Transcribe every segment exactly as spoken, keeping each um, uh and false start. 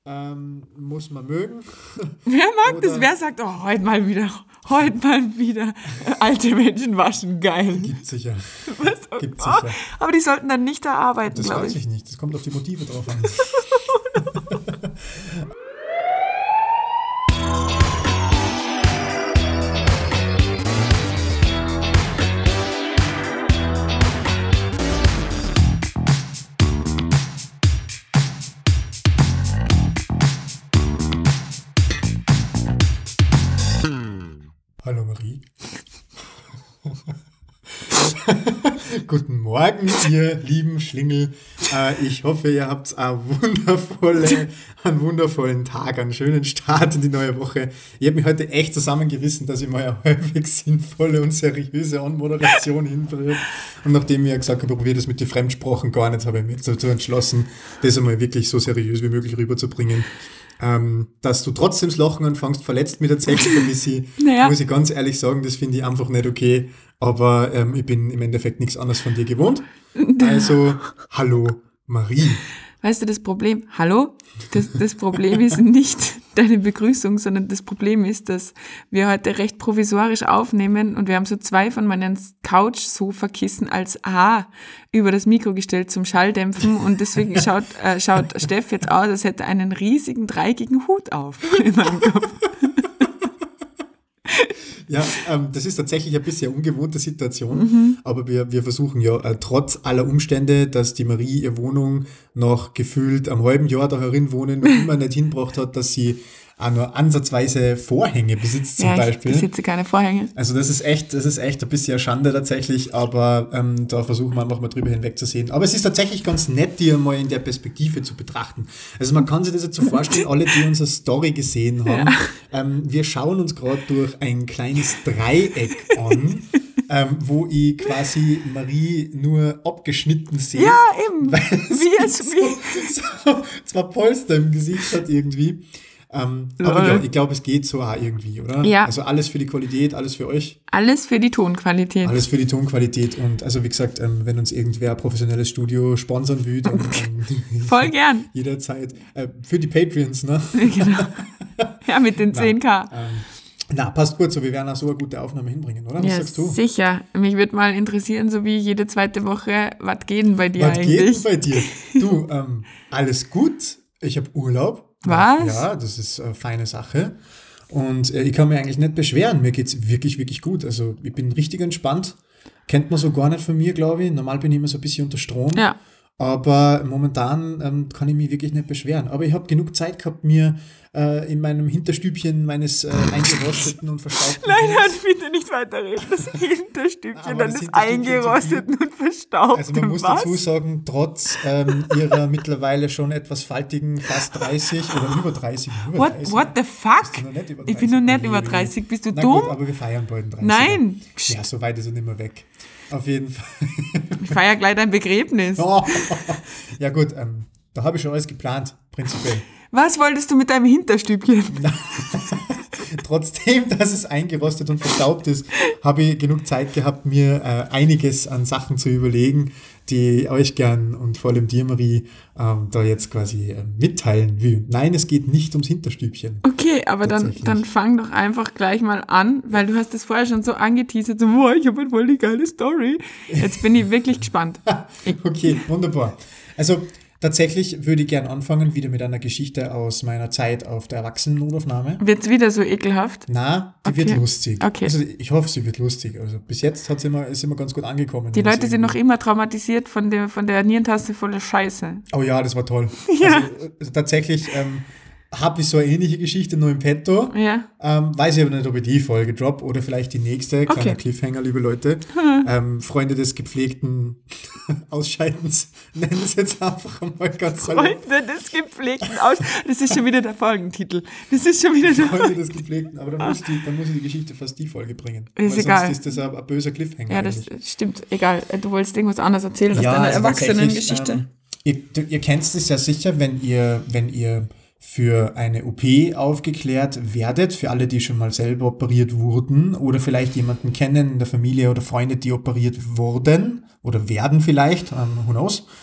ähm, muss man mögen. Wer mag Oder das? Wer sagt, oh, heute mal wieder, heute mal wieder alte Menschen waschen, geil. Gibt sicher. Was? Oh, Gibt's oh, sicher. aber die sollten dann nicht da arbeiten, Das glaube weiß ich. ich nicht. Das kommt auf die Motive drauf an. Hallo Marie. Guten Morgen, ihr lieben Schlingel. Äh, ich hoffe, ihr habt eine wundervolle, einen wundervollen Tag, einen schönen Start in die neue Woche. Ich habe mich heute echt zusammengerissen, dass ich mal eine halbwegs sinnvolle und seriöse Anmoderation hinbringe. Und nachdem ich ja gesagt habe, ich probiere das mit den Fremdsprachen gar nicht, habe ich mich dazu entschlossen, das einmal wirklich so seriös wie möglich rüberzubringen. Ähm, dass du trotzdem das Lachen anfängst, verletzt mich tatsächlich ein bisschen, Naja. muss ich ganz ehrlich sagen, das finde ich einfach nicht okay, aber ähm, ich bin im Endeffekt nichts anderes von dir gewohnt. Also, hallo Marie. Weißt du, das Problem, hallo? Das, das Problem ist nicht deine Begrüßung, sondern das Problem ist, dass wir heute recht provisorisch aufnehmen und wir haben so zwei von meinen Couch-Sofa-Kissen als A über das Mikro gestellt zum Schalldämpfen und deswegen schaut, äh, schaut Steff jetzt aus, als hätte er einen riesigen dreieckigen Hut auf in meinem Kopf. Ja, ähm, das ist tatsächlich ein bisschen eine ungewohnte Situation, Mhm. aber wir, wir versuchen ja äh, trotz aller Umstände, dass die Marie ihre Wohnung noch gefühlt am halben Jahr da herin wohnen noch immer nicht hingebracht hat, dass sie auch nur ansatzweise Vorhänge besitzt zum Ja, ich Beispiel. besitze keine Vorhänge. Also das ist echt, das ist echt ein bisschen eine Schande tatsächlich, aber ähm, da versuchen wir einfach mal drüber hinwegzusehen. Aber es ist tatsächlich ganz nett, die mal in der Perspektive zu betrachten. Also man kann sich das jetzt so vorstellen, alle, die unsere Story gesehen haben, Ja. ähm, wir schauen uns gerade durch ein kleines Dreieck an, ähm, wo ich quasi Marie nur abgeschnitten sehe. Ja, eben. Weil Wie es, so, wie, so zwei Polster im Gesicht hat irgendwie. Ähm, aber ja, ich glaube, es geht so auch irgendwie, oder? Ja. Also alles für die Qualität, alles für euch. alles für die Tonqualität. Alles für die Tonqualität und also wie gesagt, ähm, wenn uns irgendwer ein professionelles Studio sponsern will, dann ähm, Voll gern. jederzeit. Äh, für die Patreons, ne? Genau. Ja, mit den zehn K. Ähm, na, passt gut so, wir werden auch so eine gute Aufnahme hinbringen, oder? Was Ja, sagst du? sicher. Mich würde mal interessieren, so wie jede zweite Woche, was geht denn bei dir Was geht eigentlich? denn bei dir? Du, ähm, alles gut, ich habe Urlaub. Was? Ja, das ist eine feine Sache. Und äh, ich kann mich eigentlich nicht beschweren. Mir geht's wirklich, wirklich gut. Also ich bin richtig entspannt. Kennt man so gar nicht von mir, glaube ich. Normal bin ich immer so ein bisschen unter Strom. Ja. Aber momentan ähm, kann ich mich wirklich nicht beschweren. Aber ich habe genug Zeit gehabt, mir äh, in meinem Hinterstübchen meines äh, eingerosteten und verstaubten Nein, Biers- nein, bitte nicht weiterreden. Das Hinterstübchen Aber dann das ist Hinterstübchen eingerostet und verstaubt. Also man muss Was? dazu sagen, trotz ähm, ihrer mittlerweile schon etwas faltigen fast dreißig oder über dreißig. Über What, dreißig. what the fuck? Bist du noch nicht über Ich bin noch nicht dreißig? über Nee, dreißig. Bist du Na dumm? gut, aber wir feiern bald den dreißiger. Nein. Ja, so weit ist er nicht mehr weg. Auf jeden Fall. Ich feiere gleich dein Begräbnis. Oh. Ja gut, ähm, da habe ich schon alles geplant, prinzipiell. Was wolltest du mit deinem Hinterstübchen? Trotzdem, dass es eingerostet und verstaubt ist, habe ich genug Zeit gehabt, mir äh, einiges an Sachen zu überlegen, die ich euch gern und vor allem dir, Marie, ähm, da jetzt quasi äh, mitteilen will. Nein, es geht nicht ums Hinterstübchen. Okay, aber dann, Tatsächlich. dann fang doch einfach gleich mal an, weil du hast das vorher schon so angeteasert, so, boah, ich habe eine voll die geile Story. Jetzt bin ich wirklich gespannt. Ich, Okay, wunderbar. Also tatsächlich würde ich gern anfangen, wieder mit einer Geschichte aus meiner Zeit auf der Erwachsenennotaufnahme. wird's wieder so ekelhaft? Na, die Okay. wird lustig. Okay. Also ich hoffe, sie wird lustig. Also bis jetzt hat's immer, ist immer ganz gut angekommen. Die Wenn es Leute sind noch irgendwie- immer traumatisiert von der, von der Nierentaste voller Scheiße. Oh ja, das war toll. Ja. Also, also tatsächlich ähm, habe ich so eine ähnliche Geschichte nur im Petto. Ja. Ähm, weiß ich aber nicht, ob ich die Folge drop oder vielleicht die nächste. Kleiner Okay. Cliffhanger, liebe Leute. Ähm, Freunde des gepflegten Ausscheidens nennen es jetzt einfach einmal ganz salopp. Freunde des gepflegten Aus... Das ist schon wieder der Folgentitel. Das ist schon wieder der... Freunde des gepflegten, aber dann muss, die, dann muss ich die Geschichte fast die Folge bringen. Ist Weil egal. Sonst ist das ein, ein böser Cliffhanger Ja, das eigentlich. stimmt. Egal. Du wolltest irgendwas anderes erzählen aus deiner also Erwachsenengeschichte. tatsächlich, Ähm, ihr, ihr kennt es ja sicher, wenn ihr, wenn ihr für eine O P aufgeklärt werdet, für alle, die schon mal selber operiert wurden oder vielleicht jemanden kennen in der Familie oder Freunde, die operiert wurden oder werden vielleicht, ähm, who knows.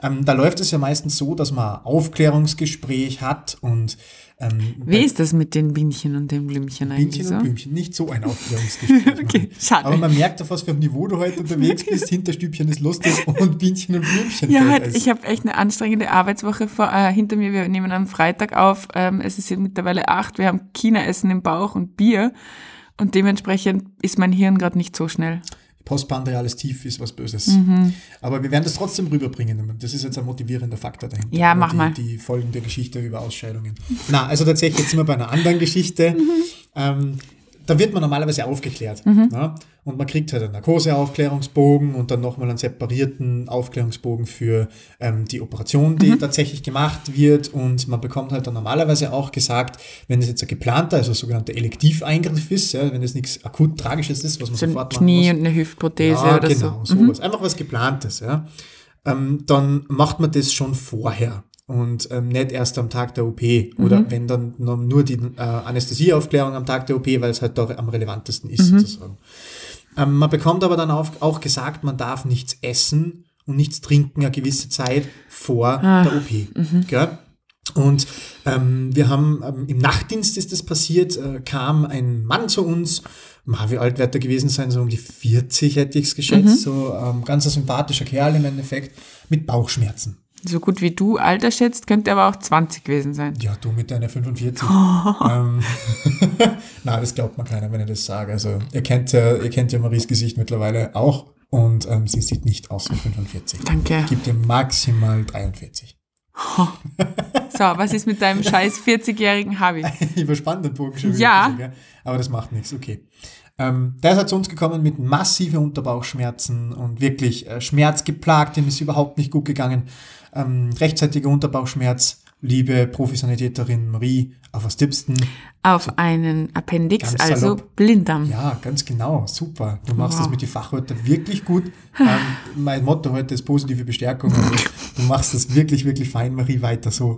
Ähm, da läuft es ja meistens so, dass man ein Aufklärungsgespräch hat und ähm, Wie ist das mit den Bienchen und den Blümchen eigentlich Bienchen so? und Blümchen, nicht so ein Aufklärungsgespräch. Okay, schade. Aber man merkt, auf was für einem Niveau du heute unterwegs bist. Hinterstübchen ist lustig und Bienchen und Blümchen. Ja, fällt halt, als- ich habe echt eine anstrengende Arbeitswoche vor, äh, hinter mir. Wir nehmen am Freitag auf. Ähm, es ist jetzt mittlerweile acht. Wir haben China-Essen im Bauch und Bier. Und dementsprechend ist mein Hirn gerade nicht so schnell. Postprandiales Tief ist was Böses. Mhm. Aber wir werden das trotzdem rüberbringen. Das ist jetzt ein motivierender Faktor dahinter. Ja, mach die, mal. Die Folgen der Geschichte über Ausscheidungen. Na, also tatsächlich, jetzt sind wir bei einer anderen Geschichte. Mhm. Ähm, da wird man normalerweise aufgeklärt. Ja? Und man kriegt halt einen Narkoseaufklärungsbogen und dann nochmal einen separierten Aufklärungsbogen für ähm, die Operation, die Mhm. tatsächlich gemacht wird. Und man bekommt halt dann normalerweise auch gesagt, wenn es jetzt ein geplanter, also sogenannter Elektiveingriff ist, ja, wenn es nichts akut Tragisches ist, was man So ein sofort machen Knie muss. und eine Hüftprothese Ja, oder genau, so. sowas. Einfach was Geplantes, ja. Ähm, dann macht man das schon vorher und ähm, nicht erst am Tag der O P oder wenn dann noch nur die äh, Anästhesieaufklärung am Tag der O P, weil es halt da am relevantesten ist sozusagen. Ähm, man bekommt aber dann auch, auch gesagt, man darf nichts essen und nichts trinken eine gewisse Zeit vor Ah. der O P. Gell? Und ähm, wir haben ähm, im Nachtdienst ist das passiert, äh, kam ein Mann zu uns, ma, wie alt wird er gewesen sein, so um die vierzig hätte ich es geschätzt, so ähm, ganz ein sympathischer Kerl im Endeffekt, mit Bauchschmerzen. So gut wie du Alter schätzt, könnte aber auch zwanzig gewesen sein. Ja, du mit deiner fünfundvierzig. ähm, Na, das glaubt man keiner, wenn ich das sage. Also ihr kennt ja, ihr kennt ja Maries Gesicht mittlerweile auch und ähm, sie sieht nicht aus wie fünfundvierzig. Danke. Gibt ihr maximal dreiundvierzig. So, was ist mit deinem scheiß vierzigjährigen Habi? Überspannt den Bogen schon wieder. Ja. ein bisschen, gell? Aber das macht nichts, okay. Ähm, der ist halt zu uns gekommen mit massiven Unterbauchschmerzen und wirklich äh, schmerzgeplagt, dem ist überhaupt nicht gut gegangen. Ähm, rechtzeitiger Unterbauchschmerz, liebe Profisanitäterin Marie, auf was tippst du? Auf einen Appendix, Ganz also salopp. Blinddarm. Ja, ganz genau, super. Du machst Wow. das mit den Fachwörtern wirklich gut. Ähm, mein Motto heute ist positive Bestärkung. Also, du machst das wirklich, wirklich fein, Marie, weiter so.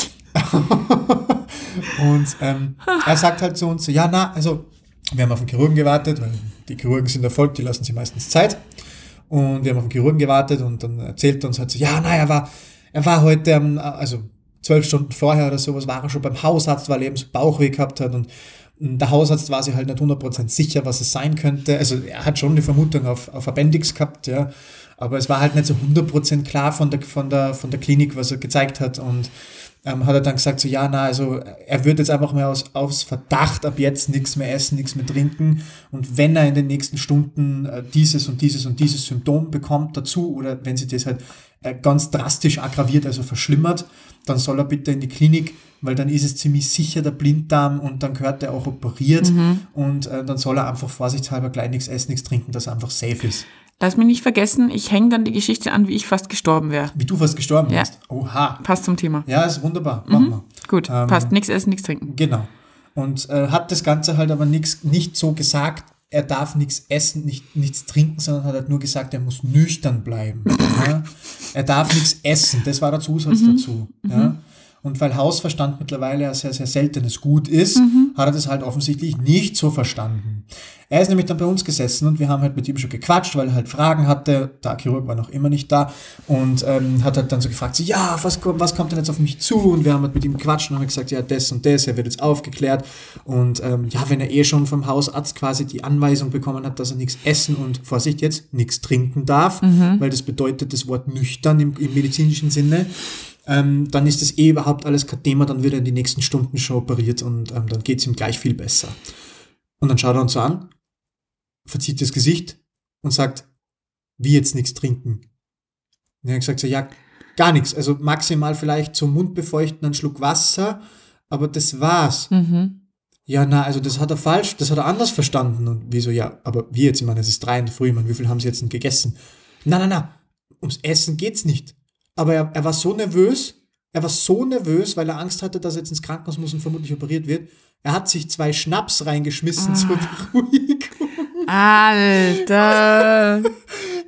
Und ähm, er sagt halt zu uns so, ja, na, also wir haben auf den Chirurgen gewartet, weil die Chirurgen sind Erfolg, die lassen sich meistens Zeit. Und wir haben auf den Chirurgen gewartet und dann erzählt er uns halt so, ja, na, er war, er war heute, ähm, also zwölf Stunden vorher oder sowas, war er schon beim Hausarzt, weil er eben so Bauchweh gehabt hat und der Hausarzt war sich halt nicht hundert Prozent sicher, was es sein könnte. Also er hat schon die Vermutung auf, auf Appendix gehabt, ja, aber es war halt nicht so hundert Prozent klar von der, von, der, von der Klinik, was er gezeigt hat und ähm, hat er dann gesagt, so ja, na, also er würde jetzt einfach mal aus, aus Verdacht ab jetzt nichts mehr essen, nichts mehr trinken und wenn er in den nächsten Stunden äh, dieses und dieses und dieses Symptom bekommt dazu oder wenn sich das halt äh, ganz drastisch aggraviert, also verschlimmert, dann soll er bitte in die Klinik, weil dann ist es ziemlich sicher der Blinddarm und dann gehört er auch operiert und äh, dann soll er einfach vorsichtshalber gleich nichts essen, nichts trinken, dass er einfach safe ist. Lass mich nicht vergessen, ich hänge dann die Geschichte an, wie ich fast gestorben wäre. Wie du fast gestorben Ja. bist. Oha. Passt zum Thema. Ja, ist wunderbar. Machen wir. Gut, Ähm, passt. Nichts essen, nichts trinken. Genau. Und äh, hat das Ganze halt aber nix, nicht so gesagt, er darf nichts essen, nicht, nichts trinken, sondern hat halt nur gesagt, er muss nüchtern bleiben. Ja? Er darf nichts essen, das war der Zusatz dazu. Ja? Und weil Hausverstand mittlerweile ein sehr, sehr seltenes Gut ist, hat er das halt offensichtlich nicht so verstanden. Er ist nämlich dann bei uns gesessen und wir haben halt mit ihm schon gequatscht, weil er halt Fragen hatte. Der Chirurg war noch immer nicht da und ähm, hat halt dann so gefragt, so, ja, was, kommt- was kommt denn jetzt auf mich zu? Und wir haben halt mit ihm gequatscht und haben gesagt, ja, das und das, er wird jetzt aufgeklärt. Und ähm, ja, wenn er eh schon vom Hausarzt quasi die Anweisung bekommen hat, dass er nichts essen und, Vorsicht jetzt, nichts trinken darf, weil das bedeutet das Wort nüchtern im, im medizinischen Sinne, ähm, dann ist das eh überhaupt alles kein Thema, dann wird er in die nächsten Stunden schon operiert und ähm, dann geht es ihm gleich viel besser. Und dann schaut er uns so an, verzieht das Gesicht und sagt, wie jetzt nichts trinken? Und er hat gesagt, so, ja, gar nichts. Also maximal vielleicht zum Mund befeuchten, einen Schluck Wasser, aber das war's. Mhm. Ja, na, also das hat er falsch, das hat er anders verstanden. Und wieso, ja, aber wie jetzt? Ich meine, es ist drei in der Früh, ich meine, wie viel haben sie jetzt denn gegessen? Na, na, na, ums Essen geht's nicht. Aber er, er war so nervös, er war so nervös, weil er Angst hatte, dass er jetzt ins Krankenhaus muss und vermutlich operiert wird. Er hat sich zwei Schnaps reingeschmissen zur Beruhigung. Alter.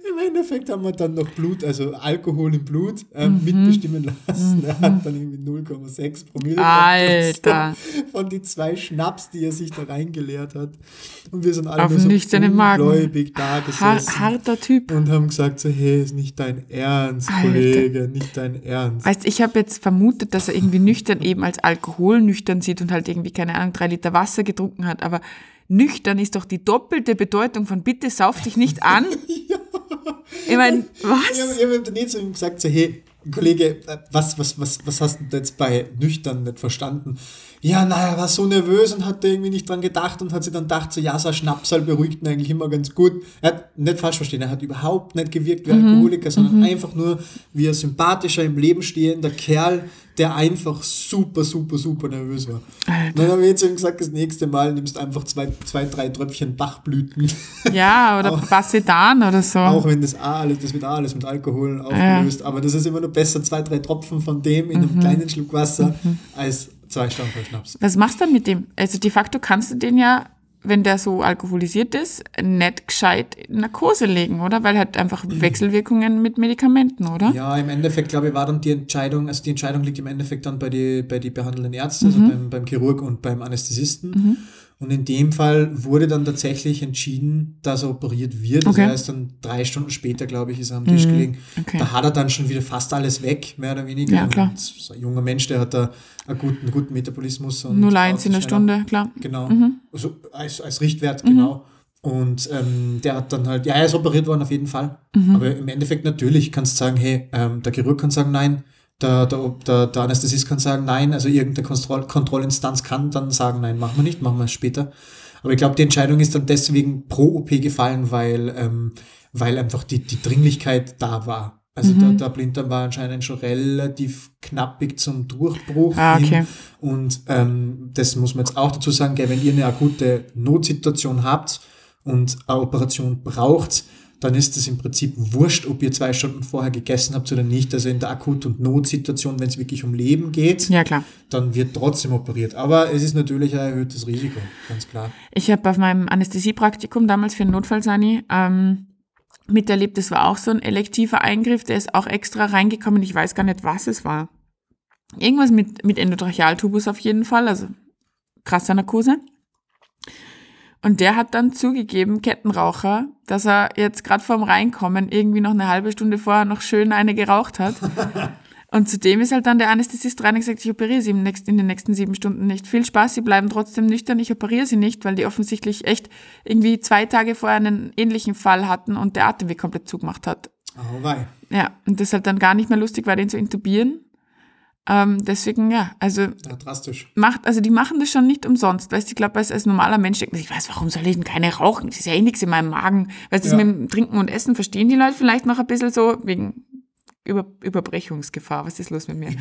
Im Endeffekt haben wir dann noch Blut, also Alkohol im Blut ähm, mhm. mitbestimmen lassen. Mhm. Er hat dann irgendwie null Komma sechs Promille Alter. von die zwei Schnaps, die er sich da reingeleert hat. Und wir sind alle auf nur so ungläubig da gesessen. Har- harter Typ. Und haben gesagt so, hey, ist nicht dein Ernst, Alter. Kollege, nicht dein Ernst. Weißt, ich habe jetzt vermutet, dass er irgendwie nüchtern eben als Alkohol nüchtern sieht und halt irgendwie, keine Ahnung, drei Liter Wasser getrunken hat, aber nüchtern ist doch die doppelte Bedeutung von bitte sauf dich nicht an. Ja. Ich meine, was? Ich habe hab daneben zu ihm gesagt, so, hey, Kollege, was, was, was, was hast du jetzt bei nüchtern nicht verstanden? Ja, naja, er war so nervös und hat da irgendwie nicht dran gedacht und hat sich dann gedacht, so, ja, so ein Schnapsal beruhigt ihn eigentlich immer ganz gut. Er hat nicht falsch verstehen, er hat überhaupt nicht gewirkt wie mhm. Alkoholiker, sondern mhm. einfach nur wie ein sympathischer, im Leben stehender Kerl, der einfach super, super, super nervös war. Alter. Dann haben wir jetzt ihm gesagt, das nächste Mal nimmst du einfach zwei, zwei, drei Tröpfchen Bachblüten. Ja, oder Basedan oder so. Auch wenn das auch alles, das wird auch alles mit Alkohol aufgelöst, ja. aber das ist immer nur besser, zwei, drei Tropfen von dem in einem mhm. kleinen Schluck Wasser, mhm. als zwei Stangen voll Schnaps. Was machst du dann mit dem? Also de facto kannst du den ja, wenn der so alkoholisiert ist, nicht gescheit in Narkose legen, oder? Weil halt einfach Wechselwirkungen mit Medikamenten, oder? Ja, im Endeffekt, glaube ich, war dann die Entscheidung, also die Entscheidung liegt im Endeffekt dann bei die, bei die behandelnden Ärzten, mhm. also beim, beim Chirurg und beim Anästhesisten. Mhm. Und in dem Fall wurde dann tatsächlich entschieden, dass er operiert wird. Also okay. er ist dann drei Stunden später, glaube ich, ist er am Tisch mhm. gelegen. Okay. Da hat er dann schon wieder fast alles weg, mehr oder weniger. Ja, klar. Und so ein junger Mensch, der hat da einen guten, einen guten Metabolismus. null Komma eins in der Stunde, klar. Genau, mhm. also als, als Richtwert, mhm. genau. Und ähm, der hat dann halt, ja, er ist operiert worden auf jeden Fall. Mhm. Aber im Endeffekt natürlich kannst du sagen, hey, ähm, der Chirurg kann sagen, nein. Der, der, der, der Anästhesist kann sagen, nein. Also irgendeine Kontroll- Kontrollinstanz kann dann sagen, nein, machen wir nicht, machen wir es später. Aber ich glaube, die Entscheidung ist dann deswegen pro O P gefallen, weil, ähm, weil einfach die, die Dringlichkeit da war. Also mhm. der, der Blinddarm war anscheinend schon relativ knappig zum Durchbruch ah, okay. hin. Und ähm, das muss man jetzt auch dazu sagen, gell, wenn ihr eine akute Notsituation habt und eine Operation braucht, dann ist es im Prinzip wurscht, ob ihr zwei Stunden vorher gegessen habt oder nicht. Also in der Akut- und Notsituation, wenn es wirklich um Leben geht, ja, klar. dann wird trotzdem operiert. Aber es ist natürlich ein erhöhtes Risiko, ganz klar. Ich habe auf meinem Anästhesiepraktikum damals für einen Notfallsani ähm, miterlebt, das war auch so ein elektiver Eingriff, der ist auch extra reingekommen. Ich weiß gar nicht, was es war. Irgendwas mit, mit Endotrachealtubus auf jeden Fall, also krasser Narkose. Und der hat dann zugegeben, Kettenraucher, dass er jetzt gerade vorm Reinkommen irgendwie noch eine halbe Stunde vorher noch schön eine geraucht hat. Und zudem ist halt dann der Anästhesist rein und gesagt, ich operiere sie im nächsten, in den nächsten sieben Stunden nicht. Viel Spaß, sie bleiben trotzdem nüchtern, ich operiere sie nicht, weil die offensichtlich echt irgendwie zwei Tage vorher einen ähnlichen Fall hatten und der Atemweg komplett zugemacht hat. Oh wei. Ja, und das halt dann gar nicht mehr lustig war, den zu intubieren. Ähm, deswegen, ja, also, ja, drastisch. Macht, also die machen das schon nicht umsonst, weißt du, ich glaube, als, als normaler Mensch denkt man sich, weiß, warum soll ich denn keine rauchen? Das ist ja eh nichts in meinem Magen. Weißt du, ja. Das mit dem Trinken und Essen verstehen die Leute vielleicht noch ein bisschen so, wegen Über, Überbrechungsgefahr. Was ist los mit mir?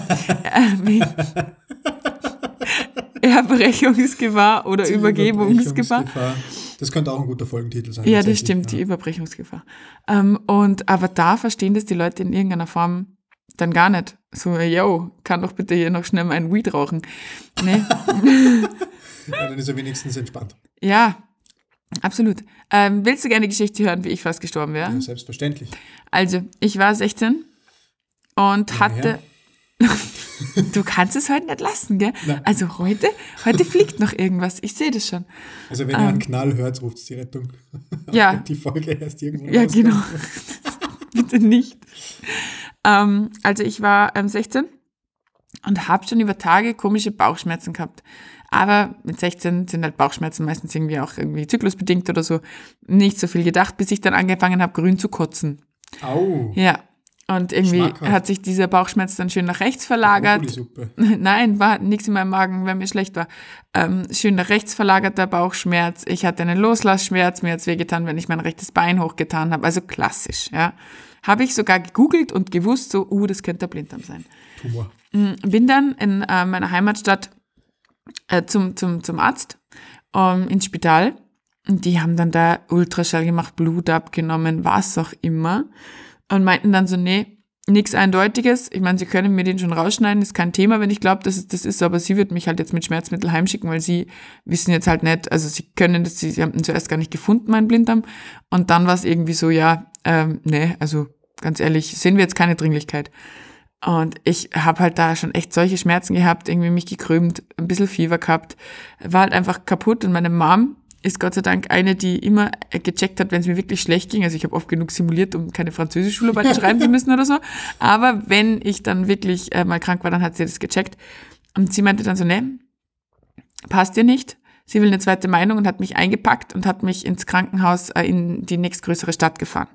Erbrechungsgefahr oder die Übergebungsgefahr. Das könnte auch ein guter Folgentitel sein. Ja, das stimmt, ja. Die Überbrechungsgefahr. Ähm, und, aber da verstehen das die Leute in irgendeiner Form dann gar nicht. So, yo, kann doch bitte hier noch schnell mal ein Weed rauchen. Nee. Ja, dann ist er wenigstens entspannt. Ja, absolut. Ähm, willst du gerne eine Geschichte hören, wie ich fast gestorben wäre? Ja, selbstverständlich. Also, ich war sechzehn und ja, hatte... Ja. Du kannst es heute nicht lassen, gell? Nein. Also heute, heute fliegt noch irgendwas. Ich sehe das schon. Also wenn ähm, ihr einen Knall hört, ruft es die Rettung. Ja. Die Folge erst irgendwann Ja, rauskommt. Genau. Bitte nicht. Ähm, also ich war ähm, sechzehn und habe schon über Tage komische Bauchschmerzen gehabt. Aber mit sechzehn sind halt Bauchschmerzen meistens irgendwie auch irgendwie zyklusbedingt oder so. Nicht so viel gedacht, bis ich dann angefangen habe, grün zu kotzen. Au. Ja. Und irgendwie hat sich dieser Bauchschmerz dann schön nach rechts verlagert. Nein, war nichts in meinem Magen, weil mir schlecht war. Ähm, schön nach rechts verlagerter Bauchschmerz. Ich hatte einen Loslassschmerz. Mir hat's wehgetan, wenn ich mein rechtes Bein hochgetan habe. Also klassisch, ja. Habe ich sogar gegoogelt und gewusst, so, uh, das könnte der Blinddarm sein. Tumor. Bin dann in äh, meiner Heimatstadt äh, zum, zum, zum Arzt, ähm, ins Spital. Und die haben dann da Ultraschall gemacht, Blut abgenommen, was auch immer. Und meinten dann so, nee, nichts Eindeutiges. Ich meine, sie können mir den schon rausschneiden, ist kein Thema, wenn ich glaube, dass es das ist, aber sie wird mich halt jetzt mit Schmerzmittel heimschicken, weil sie wissen jetzt halt nicht, also sie können das, sie, sie haben ihn zuerst gar nicht gefunden, meinen Blinddarm, und dann war es irgendwie so, ja, ähm, nee, also ganz ehrlich, sehen wir jetzt keine Dringlichkeit. Und ich habe halt da schon echt solche Schmerzen gehabt, irgendwie mich gekrümmt, ein bisschen Fieber gehabt, war halt einfach kaputt, und meine Mom ist Gott sei Dank eine, die immer gecheckt hat, wenn es mir wirklich schlecht ging. Also ich habe oft genug simuliert, um keine Französisch-Schularbeit schreiben zu müssen oder so. Aber wenn ich dann wirklich äh, mal krank war, dann hat sie das gecheckt. Und sie meinte dann so, nee, passt dir nicht. Sie will eine zweite Meinung und hat mich eingepackt und hat mich ins Krankenhaus äh, in die nächstgrößere Stadt gefahren.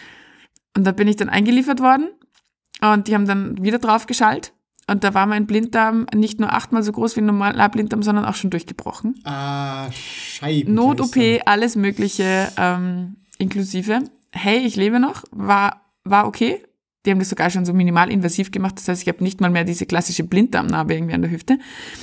Und da bin ich dann eingeliefert worden und die haben dann wieder drauf geschallt. Und da war mein Blinddarm nicht nur achtmal so groß wie ein normaler Blinddarm, sondern auch schon durchgebrochen. Ah, Scheiben. Not-O P, alles Mögliche ähm, inklusive. Hey, ich lebe noch, war, war okay. Die haben das sogar schon so minimalinvasiv gemacht. Das heißt, ich habe nicht mal mehr diese klassische Blinddarmnarbe irgendwie an der Hüfte.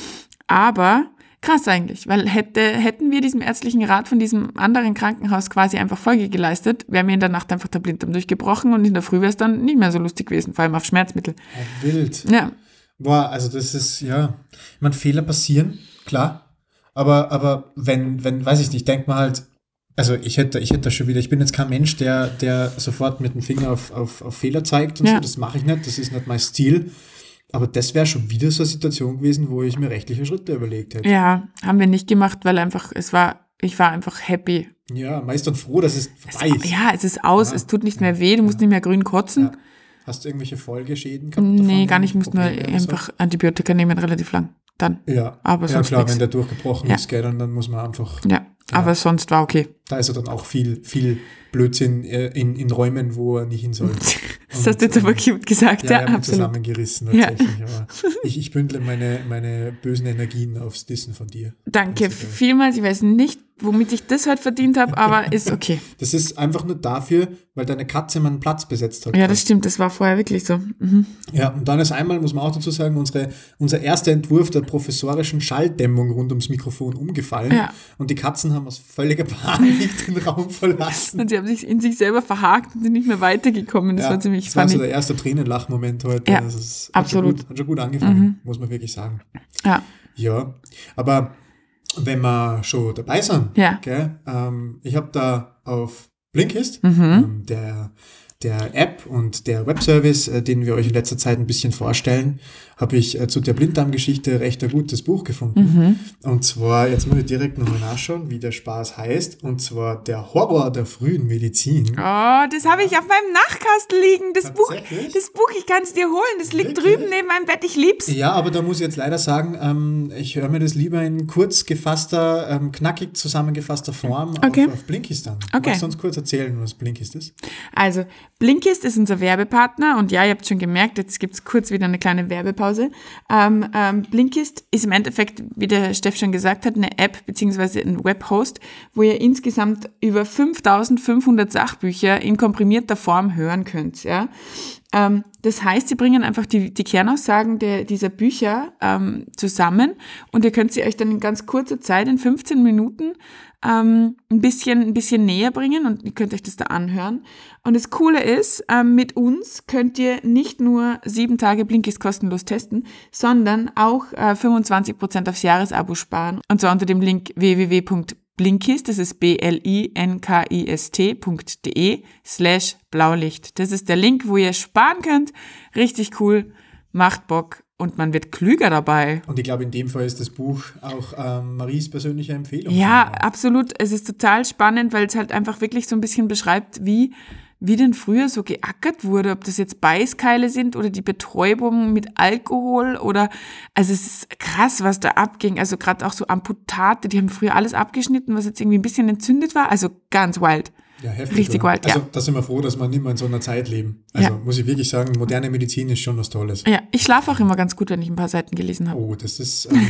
Aber krass eigentlich, weil hätte, hätten wir diesem ärztlichen Rat von diesem anderen Krankenhaus quasi einfach Folge geleistet, wäre mir in der Nacht einfach der Blinddarm durchgebrochen und in der Früh wäre es dann nicht mehr so lustig gewesen, vor allem auf Schmerzmittel. Ja, wild. Ja. Boah, also das ist, ja, ich meine, Fehler passieren, klar, aber, aber wenn, wenn, weiß ich nicht, denkt man halt, also ich hätte, ich hätte da schon wieder, ich bin jetzt kein Mensch, der, der sofort mit dem Finger auf, auf, auf Fehler zeigt und Ja. so, das mache ich nicht, das ist nicht mein Stil, aber das wäre schon wieder so eine Situation gewesen, wo ich mir rechtliche Schritte überlegt hätte. Ja, haben wir nicht gemacht, weil einfach, es war, ich war einfach happy. Ja, man ist dann froh, dass es vorbei ist. Ja, es ist aus, Ja. es tut nicht mehr weh, du musst nicht mehr grün kotzen. Ja. Hast du irgendwelche Folgeschäden gehabt? Nee, davon? gar nicht, ich musste nur Probleme oder so? einfach Antibiotika nehmen, relativ lang. Dann. Ja, Aber ja sonst klar, nix. wenn der durchgebrochen Ja. ist, gell, dann, dann muss man einfach, Ja, aber sonst war okay. da ist er dann auch viel, viel Blödsinn äh, in, in Räumen, wo er nicht hin soll. Das hast du jetzt aber cute gesagt, Ja, ja, ich habe mich absolut. zusammengerissen Ja. tatsächlich. Aber ich, ich bündle meine, meine bösen Energien aufs Dissen von dir. Danke Also, vielmals, ich weiß nicht, womit ich das heute verdient habe, aber ist okay. das ist einfach nur dafür, weil deine Katze meinen Platz besetzt hat. Ja, das stimmt, das war vorher wirklich so. Mhm. Ja, und dann ist einmal, muss man auch dazu sagen, unsere, unser erster Entwurf der professorischen Schalldämmung rund ums Mikrofon umgefallen. Ja. Und die Katzen haben aus völliger Panik den Raum verlassen. Und sie haben sich in sich selber verhakt und sind nicht mehr weitergekommen. Das Ja, war ziemlich das war funny. so der erste Tränenlachmoment heute. Ja, das ist, absolut. Hat schon, gut, hat schon gut angefangen, muss man wirklich sagen. Ja. Ja, aber wenn wir schon dabei sind, Ja. gell, ähm, ich habe da auf Blinkist, Mhm. ähm, der, der App und der Webservice, äh, den wir euch in letzter Zeit ein bisschen vorstellen, habe ich äh, zu der Blinddarmgeschichte recht ein gutes Buch gefunden. Mhm. Und zwar, jetzt muss ich direkt nochmal nachschauen, wie der Spaß heißt, und zwar Der Horror der frühen Medizin. Oh, das habe ich auf meinem Nachtkasten liegen. Das Buch, Tatsächlich? das Buch, ich kann es dir holen. Das liegt Wirklich? drüben neben meinem Bett. Ich lieb's. Ja, aber da muss ich jetzt leider sagen, ähm, ich höre mir das lieber in kurz gefasster, ähm, knackig zusammengefasster Form Okay. auf, auf Blinkist an. Okay. Magst du uns kurz erzählen, was Blinkist ist? Also, Blinkist ist unser Werbepartner und ja, ihr habt schon gemerkt, jetzt gibt's kurz wieder eine kleine Werbepause. Ähm, ähm, Blinkist ist im Endeffekt, wie der Steff schon gesagt hat, eine App bzw. ein Webhost, wo ihr insgesamt über fünftausendfünfhundert Sachbücher in komprimierter Form hören könnt. Ja? Ähm, das heißt, sie bringen einfach die, die Kernaussagen der, dieser Bücher ähm, zusammen und ihr könnt sie euch dann in ganz kurzer Zeit, in fünfzehn Minuten, ähm, ein bisschen, ein bisschen näher bringen und ihr könnt euch das da anhören. Und das Coole ist, ähm, mit uns könnt ihr nicht nur sieben Tage Blinkist kostenlos testen, sondern auch äh, fünfundzwanzig Prozent aufs Jahresabo sparen. Und zwar unter dem Link w w w punkt blinkist, das ist b l i n k i s t.de slash blaulicht. Das ist der Link, wo ihr sparen könnt. Richtig cool, macht Bock. Und man wird klüger dabei. Und ich glaube, in dem Fall ist das Buch auch ähm, Maries persönliche Empfehlung. Ja, absolut. Es ist total spannend, weil es halt einfach wirklich so ein bisschen beschreibt, wie, wie denn früher so geackert wurde. Ob das jetzt Beißkeile sind oder die Betäubung mit Alkohol oder, also es ist krass, was da abging. Also gerade auch so Amputate, die haben früher alles abgeschnitten, was jetzt irgendwie ein bisschen entzündet war. Also ganz wild. Ja, heftig. Richtig oder? wild, ja. Also, da sind wir froh, dass wir nicht mehr in so einer Zeit leben. Also, Ja. muss ich wirklich sagen, moderne Medizin ist schon was Tolles. Ja, ich schlafe auch immer ganz gut, wenn ich ein paar Seiten gelesen habe. Oh, das ist. Ähm,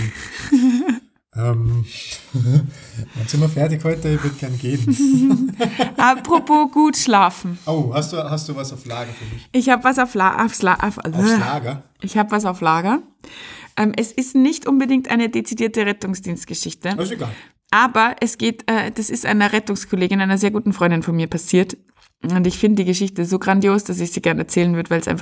ähm, dann sind wir fertig heute, ich würde gern gehen. Apropos gut schlafen. Oh, hast du, hast du was auf Lager für mich? Ich habe was auf, La aufs La auf, Aufs Lager? Ich habe was auf Lager. Ähm, es ist nicht unbedingt eine dezidierte Rettungsdienstgeschichte. Ist egal. Aber es geht, äh, das ist einer Rettungskollegin, einer sehr guten Freundin von mir passiert. Und ich finde die Geschichte so grandios, dass ich sie gerne erzählen würde, weil es einfach so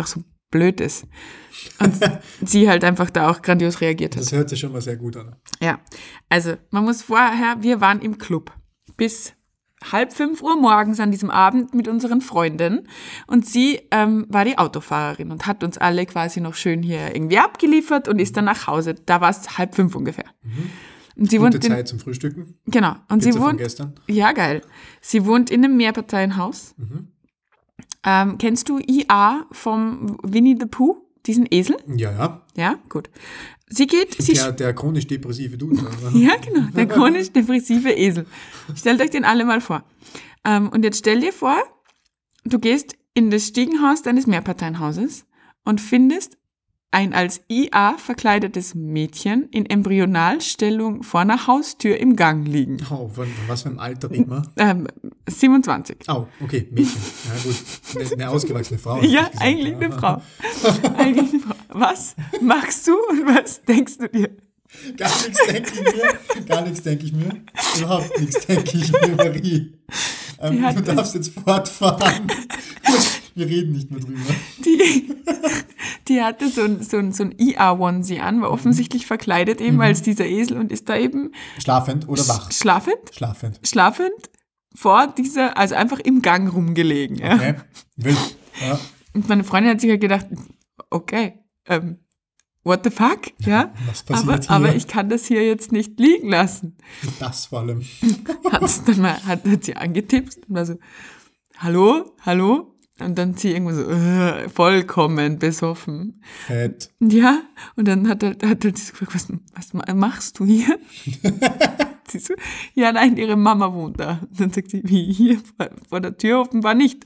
blöd ist. Und sie halt einfach da auch grandios reagiert hat. Das hört sich schon mal sehr gut an. Ja, also man muss vorher, wir waren im Club bis halb fünf Uhr morgens an diesem Abend mit unseren Freundinnen und sie ähm, war die Autofahrerin und hat uns alle quasi noch schön hier irgendwie abgeliefert und ist dann nach Hause. Da war es halb fünf ungefähr. Mhm. Und sie Gute wohnt Zeit in, zum Frühstücken. Genau. Und Pizza sie wohnt, von gestern. ja geil. Sie wohnt in einem Mehrparteienhaus. Mhm. Ähm, kennst du I A vom Winnie the Pooh, diesen Esel? Ja, ja. Ja, gut. Sie geht, sie Der, der chronisch depressive Dude. Ja, genau, der chronisch depressive Esel. Stellt euch den alle mal vor. Ähm, und jetzt stell dir vor, du gehst in das Stiegenhaus deines Mehrparteienhauses und findest ein als I A verkleidetes Mädchen in Embryonalstellung vor einer Haustür im Gang liegen. Oh, von was für ein Alter reden wir? Ähm, siebenundzwanzig. Oh, okay, Mädchen. Ja gut, eine, eine ausgewachsene Frau. Ja, eigentlich eine Frau. Eigentlich eine Frau. Was machst du und was denkst du dir? Gar nichts denke ich mir. Gar nichts denke ich mir. Überhaupt nichts denke ich mir, Marie. Ähm, du darfst jetzt fortfahren. Wir reden nicht mehr drüber. Die, die hatte so ein, so ein, so ein I A-Onesie an, war offensichtlich verkleidet eben Mhm. als dieser Esel und ist da eben Schlafend oder wach? schlafend, Schlafend. schlafend vor dieser, also einfach im Gang rumgelegen. Ja. Okay, wild. Ja. Und meine Freundin hat sich halt gedacht, okay, ähm, what the fuck, ja, Was passiert aber, hier? aber ich kann das hier jetzt nicht liegen lassen. Das vor allem. Hat's dann mal, hat, hat sie angetippt und war so, hallo, hallo? Und dann sie irgendwo so, äh, vollkommen besoffen. Fett. Ja, und dann hat er, hat er sie gefragt, was, was machst du hier? Sie so, ja, nein, ihre Mama wohnt da. Und dann sagt sie, wie, hier, vor, vor der Tür offenbar nicht.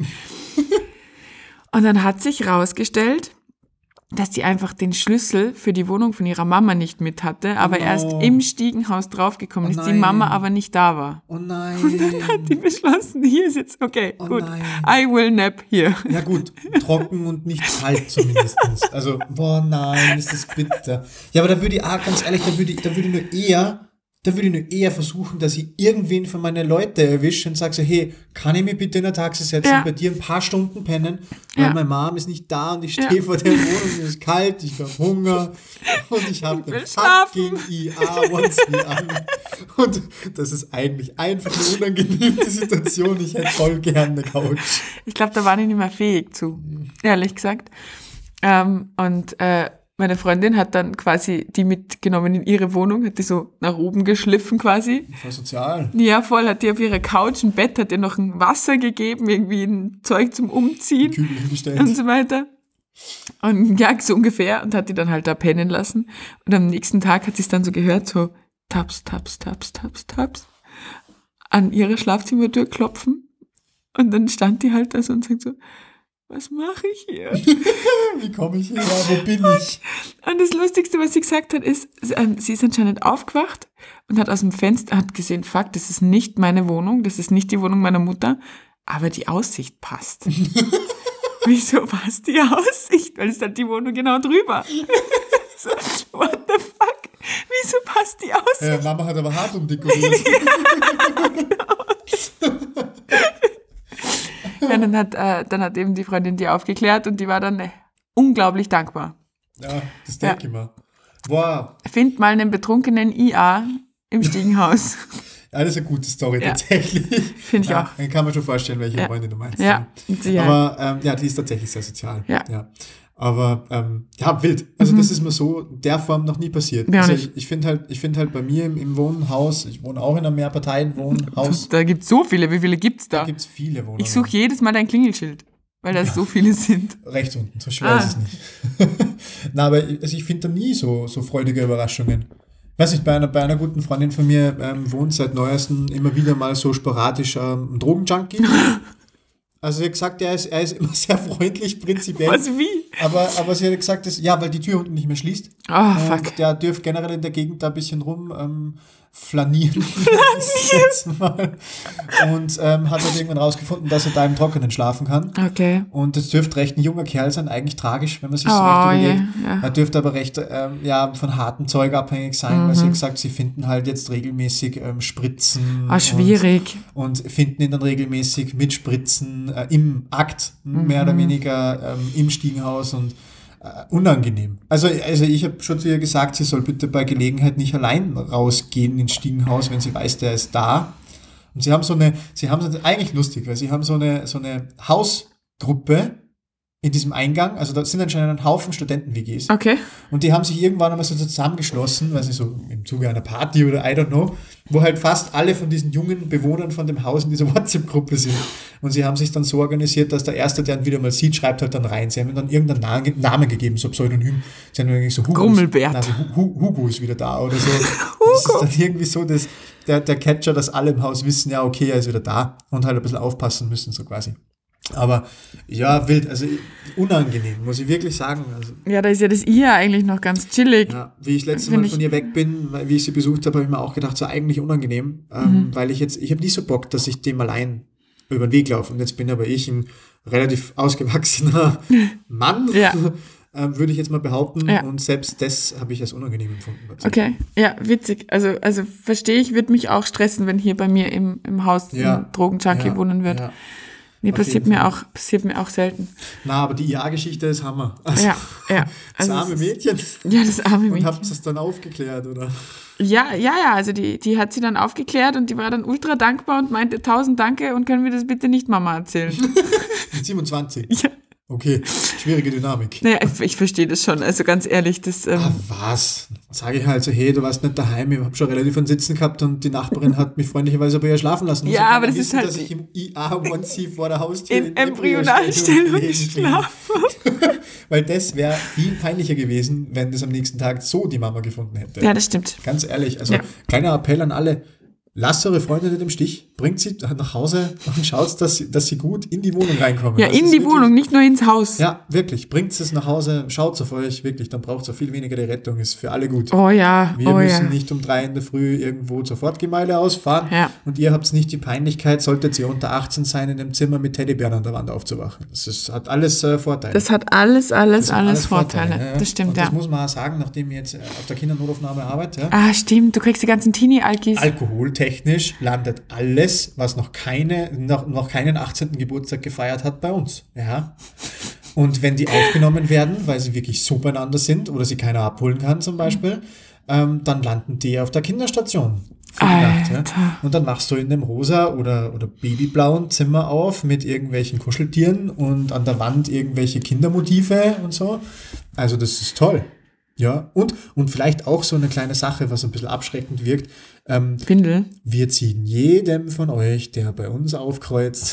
Und dann hat sich rausgestellt, dass sie einfach den Schlüssel für die Wohnung von ihrer Mama nicht mit hatte, aber no. erst im Stiegenhaus draufgekommen Oh ist, die nein. Mama aber nicht da war. Oh nein. Und dann hat die beschlossen, hier ist jetzt, okay, Oh gut, nein. I will nap hier. Ja gut, trocken und nicht kalt zumindest. Also, boah, nein, ist das bitter. Ja, aber da würde ich auch, ganz ehrlich, da würde ich, da würde ich nur eher, da würde ich nur eher versuchen, dass ich irgendwen von meinen Leuten erwische und sage so, hey, kann ich mich bitte in ein Taxi setzen, Ja. bei dir ein paar Stunden pennen, weil Ja. meine Mom ist nicht da und ich stehe Ja. vor der Wohnung, es ist kalt, ich habe Hunger und ich habe will den schlafen. fucking I A-Onesie an. Und das ist eigentlich einfach eine unangenehme Situation. Ich hätte voll gerne eine Couch. Ich glaube, da war ich nicht mehr fähig zu, ehrlich gesagt. Ähm, und äh, meine Freundin hat dann quasi die mitgenommen in ihre Wohnung, hat die so nach oben geschliffen quasi. Voll sozial. Ja, voll, hat die auf ihrer Couch ein Bett, hat ihr noch ein Wasser gegeben, irgendwie ein Zeug zum Umziehen Kübel hingestellt. und so weiter. Und ja, so ungefähr. Und hat die dann halt da pennen lassen. Und am nächsten Tag hat sie es dann so gehört, so taps, taps, taps, taps, taps, an ihre Schlafzimmertür klopfen. Und dann stand die halt da so und sagt so, was mache ich hier? Wie komme ich hier? Wo bin ich? Und das Lustigste, was sie gesagt hat, ist, ähm, sie ist anscheinend aufgewacht und hat aus dem Fenster, hat gesehen, fuck, das ist nicht meine Wohnung, das ist nicht die Wohnung meiner Mutter, aber die Aussicht passt. Wieso passt die Aussicht? Weil es hat die Wohnung genau drüber. So, what the fuck? Wieso passt die Aussicht? Äh, Mama hat aber hart umdekoriert. Ja, dann hat, äh, dann hat eben die Freundin die aufgeklärt und die war dann äh, unglaublich dankbar. Ja, das denke ich mir. Boah, Find mal einen betrunkenen I A im Stiegenhaus. ja, das ist eine gute Story Ja. tatsächlich. Finde ich ja, auch. Dann kann man schon vorstellen, welche Ja. Freundin du meinst. Ja, mit Sicherheit. Aber ähm, ja, die ist tatsächlich sehr sozial. Ja. ja. Aber ähm, ja, wild. Also das ist mir so in der Form noch nie passiert. Mir auch Also nicht. ich, ich finde halt, ich finde halt bei mir im, im Wohnhaus, ich wohne auch in einem Mehrparteien-Wohnhaus, Da gibt es so viele. Wie viele gibt's da da? gibt es viele Wohnungen. Ich suche jedes Mal dein Klingelschild, weil da so viele sind. Rechts unten, so schwer Ah. ist es nicht. Na, aber ich- also ich finde da nie so, so freudige Überraschungen. Weiß nicht, bei einer, bei einer guten Freundin von mir ähm, wohnt seit neuestem immer wieder mal so sporadisch ähm, ein Drogenjunkie. Also sie hat gesagt, er ist, er ist immer sehr freundlich prinzipiell. Was, wie? Aber, aber sie hat gesagt, dass, ja, weil die Tür unten nicht mehr schließt. Ah, und fuck. der dürfte generell in der Gegend da ein bisschen rum ähm, flanieren. Flanieren. Mal. Und ähm, hat halt irgendwann rausgefunden, dass er da im Trockenen schlafen kann. Okay. Und das dürfte recht ein junger Kerl sein, eigentlich tragisch, wenn man sich so Oh, recht überlegt. ja, ja. Er dürfte aber recht ähm, ja, von hartem Zeug abhängig sein, weil sie hat gesagt, sie finden halt jetzt regelmäßig ähm, Spritzen. Ah, schwierig. Und, und finden ihn dann regelmäßig mit Spritzen äh, im Akt, mehr oder weniger ähm, im Stiegenhaus. aus und äh, unangenehm. Also, also ich habe schon zu ihr gesagt, sie soll bitte bei Gelegenheit nicht allein rausgehen ins Stiegenhaus, wenn sie weiß, der ist da. Und sie haben so eine, sie haben so, eigentlich lustig, weil sie haben so eine, so eine Hausgruppe in diesem Eingang, also da sind anscheinend ein Haufen Studenten-W Gs. Okay. Und die haben sich irgendwann einmal so zusammengeschlossen, weiß nicht, so im Zuge einer Party oder I don't know, wo halt fast alle von diesen jungen Bewohnern von dem Haus in dieser WhatsApp-Gruppe sind. Und sie haben sich dann so organisiert, dass der Erste, der ihn wieder mal sieht, schreibt halt dann rein. Sie haben ihm dann irgendeinen Namen, Namen gegeben, so Pseudonym. Sie haben irgendwie so Hugo. Grummelbert. Also Hugo ist wieder da oder so. Das ist dann irgendwie so, dass der, der Catcher, dass alle im Haus wissen, ja okay, er ist wieder da und halt ein bisschen aufpassen müssen, so quasi. Aber ja, wild, also unangenehm, muss ich wirklich sagen. Also, ja, da ist ja das ihr eigentlich noch ganz chillig. ja, wie ich das letzte Mal von ihr weg bin, wie ich sie besucht habe, habe ich mir auch gedacht, so eigentlich unangenehm, ähm, Mhm. weil ich jetzt, ich habe nie so Bock, dass ich dem allein über den Weg laufe. Und jetzt bin aber ich ein relativ ausgewachsener Mann, Ja. ähm, würde ich jetzt mal behaupten. Ja. Und selbst das habe ich als unangenehm empfunden. Okay, ja, witzig. Also, also verstehe ich, würde mich auch stressen, wenn hier bei mir im, im Haus Ja. ein Drogenjunkie Ja, wohnen wird. ja. Nee, Auf passiert jeden mir Fall. auch, passiert mir auch selten. Na, aber die I A-Geschichte ist Hammer. Also, Ja, ja. das Also arme es ist- Mädchen. Ja, das arme Und Mädchen. habt ihr es dann aufgeklärt, oder? Ja, ja, ja, also die, die hat sie dann aufgeklärt und die war dann ultra dankbar und meinte tausend Danke und können wir das bitte nicht Mama erzählen. Mit siebenundzwanzig? Ja. Okay, schwierige Dynamik. Naja, ich, ich verstehe das schon, also ganz ehrlich, das, ähm, Ah, was? Dann sage ich halt so, hey, du warst nicht daheim, ich habe schon relativ einen Sitzen gehabt und die Nachbarin hat mich freundlicherweise bei ihr schlafen lassen. Ja, So kann aber ich das ist wissen, halt dass ich im I A-Onesie vor der Haustür in Embryonalstellung geschlafen. Weil das wäre viel peinlicher gewesen, wenn das am nächsten Tag so die Mama gefunden hätte. Ja, das stimmt. Ganz ehrlich, also Ja. kleiner Appell an alle, lasst eure Freunde nicht im Stich, bringt sie nach Hause und schaut, dass sie, dass sie gut in die Wohnung reinkommen. Ja, Das in ist die wirklich- Wohnung, nicht nur ins Haus. Ja, wirklich, bringt es nach Hause, schaut auf euch, wirklich, dann braucht es auch viel weniger die Rettung, ist für alle gut. Oh ja, Wir oh müssen ja. nicht um drei in der Früh irgendwo zur Fortgemeinde ausfahren Ja. und ihr habt nicht die Peinlichkeit, solltet ihr unter achtzehn sein, in einem Zimmer mit Teddybären an der Wand aufzuwachen. Das ist, hat alles äh, Vorteile. Das hat alles, alles, sind alles, Vorteile. ja. Das stimmt, und ja. das muss man auch sagen, nachdem ich jetzt äh, auf der Kindernotaufnahme arbeite. Ja. Ah, stimmt, du kriegst die ganzen Teenie-Alkis. Alkoholtechnisch landet alles, was noch keine, noch, noch keinen achtzehnten Geburtstag gefeiert hat, bei uns. Ja. Und wenn die aufgenommen werden, weil sie wirklich so beieinander sind oder sie keiner abholen kann zum Beispiel, ähm, dann landen die auf der Kinderstation für die Nacht. Ja. Alter. Und dann wachst du in einem rosa oder, oder babyblauen Zimmer auf mit irgendwelchen Kuscheltieren und an der Wand irgendwelche Kindermotive und so. Also das ist toll. Ja, und, und vielleicht auch so eine kleine Sache, was ein bisschen abschreckend wirkt. Ähm, Windel. wir ziehen jedem von euch, der bei uns aufkreuzt,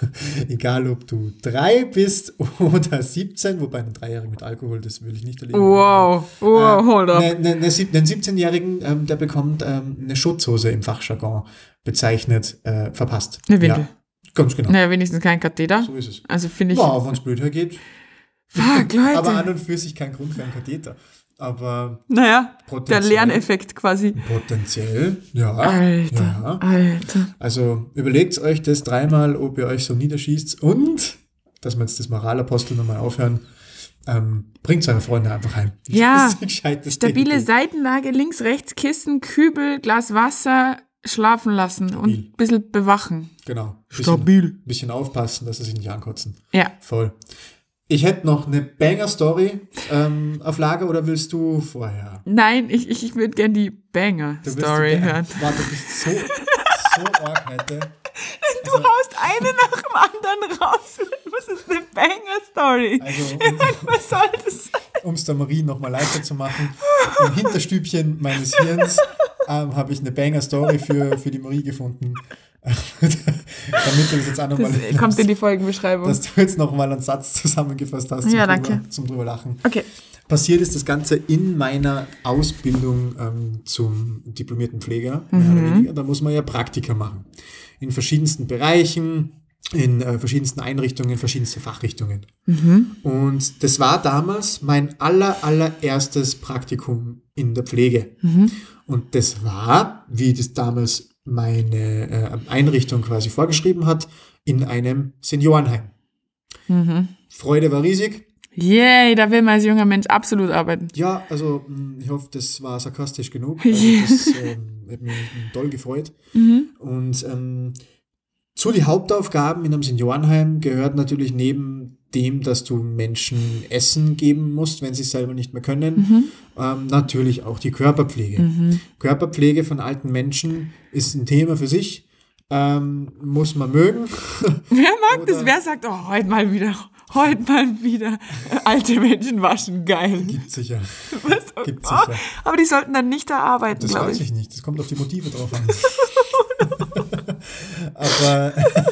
egal ob du drei bist oder siebzehn, wobei einen Dreijährigen mit Alkohol, das will ich nicht erleben. Wow, wow, hold up. Ne, ne, ne, sieb- einen siebzehnjährigen, ähm, der bekommt ähm, eine Schutzhose im Fachjargon bezeichnet, äh, verpasst. Eine Windel. Ja, ganz genau. Naja, wenigstens kein Katheter. So ist es. Also finde ich. Ja, wenn es blöd hergeht. Fuck, Leute. Aber an und für sich kein Grund für einen Katheter. Aber naja, der Potenziell. Lerneffekt quasi. potenziell, ja. Alter, ja. Alter. Also überlegt euch das dreimal, ob ihr euch so niederschießt und, dass wir jetzt das Moralapostel nochmal aufhören, ähm, bringt eure Freunde einfach heim. Ja, Das ist ein gescheites Stabile Ding. Seitenlage, links, rechts, Kissen, Kübel, Glas Wasser, schlafen lassen und Stabil. ein bisschen bewachen. Genau. Bisschen, Stabil. Bisschen aufpassen, dass sie sich nicht ankotzen. Ja. Voll. Ich hätte noch eine Banger-Story ähm, auf Lager oder willst du vorher? Nein, ich, ich, ich würde gerne die Du willst Banger-Story die Banger- hören. Warte, du bist so, so arg heute. Du haust eine nach dem anderen raus. Was ist eine Banger-Story? Also, Was soll das sein? um es der Marie nochmal leichter zu machen, im Hinterstübchen meines Hirns ähm, habe ich eine Banger-Story für, für die Marie gefunden. Damit du das jetzt auch nochmal, Das kommt in die Folgenbeschreibung. dass du jetzt nochmal einen Satz zusammengefasst hast zum, Ja, drüber, danke. zum drüber lachen. Okay. Passiert ist das Ganze in meiner Ausbildung ähm, zum diplomierten Pfleger, mehr oder weniger. Da muss man ja Praktika machen. In verschiedensten Bereichen, in äh, verschiedensten Einrichtungen, in verschiedenste Fachrichtungen. Und das war damals mein aller, allererstes Praktikum in der Pflege. Und das war, wie das damals meine äh, Einrichtung quasi vorgeschrieben hat, in einem Seniorenheim. Freude war riesig. Yay, da will man als junger Mensch absolut arbeiten. Ja, also mh, ich hoffe, das war sarkastisch genug. Also das ähm, hat mich doll gefreut. Und ähm, zu die Hauptaufgaben in einem Seniorenheim gehört natürlich neben dem, dass du Menschen Essen geben musst, wenn sie es selber nicht mehr können. Mhm. Ähm, natürlich auch die Körperpflege. Mhm. Körperpflege von alten Menschen ist ein Thema für sich. Ähm, muss man mögen. Wer mag Oder- das? Wer sagt, oh, heute mal wieder, heute mal wieder äh, alte Menschen waschen, geil. Gibt sicher. Was? Oh, Gibt oh, sicher. aber die sollten dann nicht da arbeiten, Das glaube weiß ich. ich nicht. Das kommt auf die Motive drauf an. Aber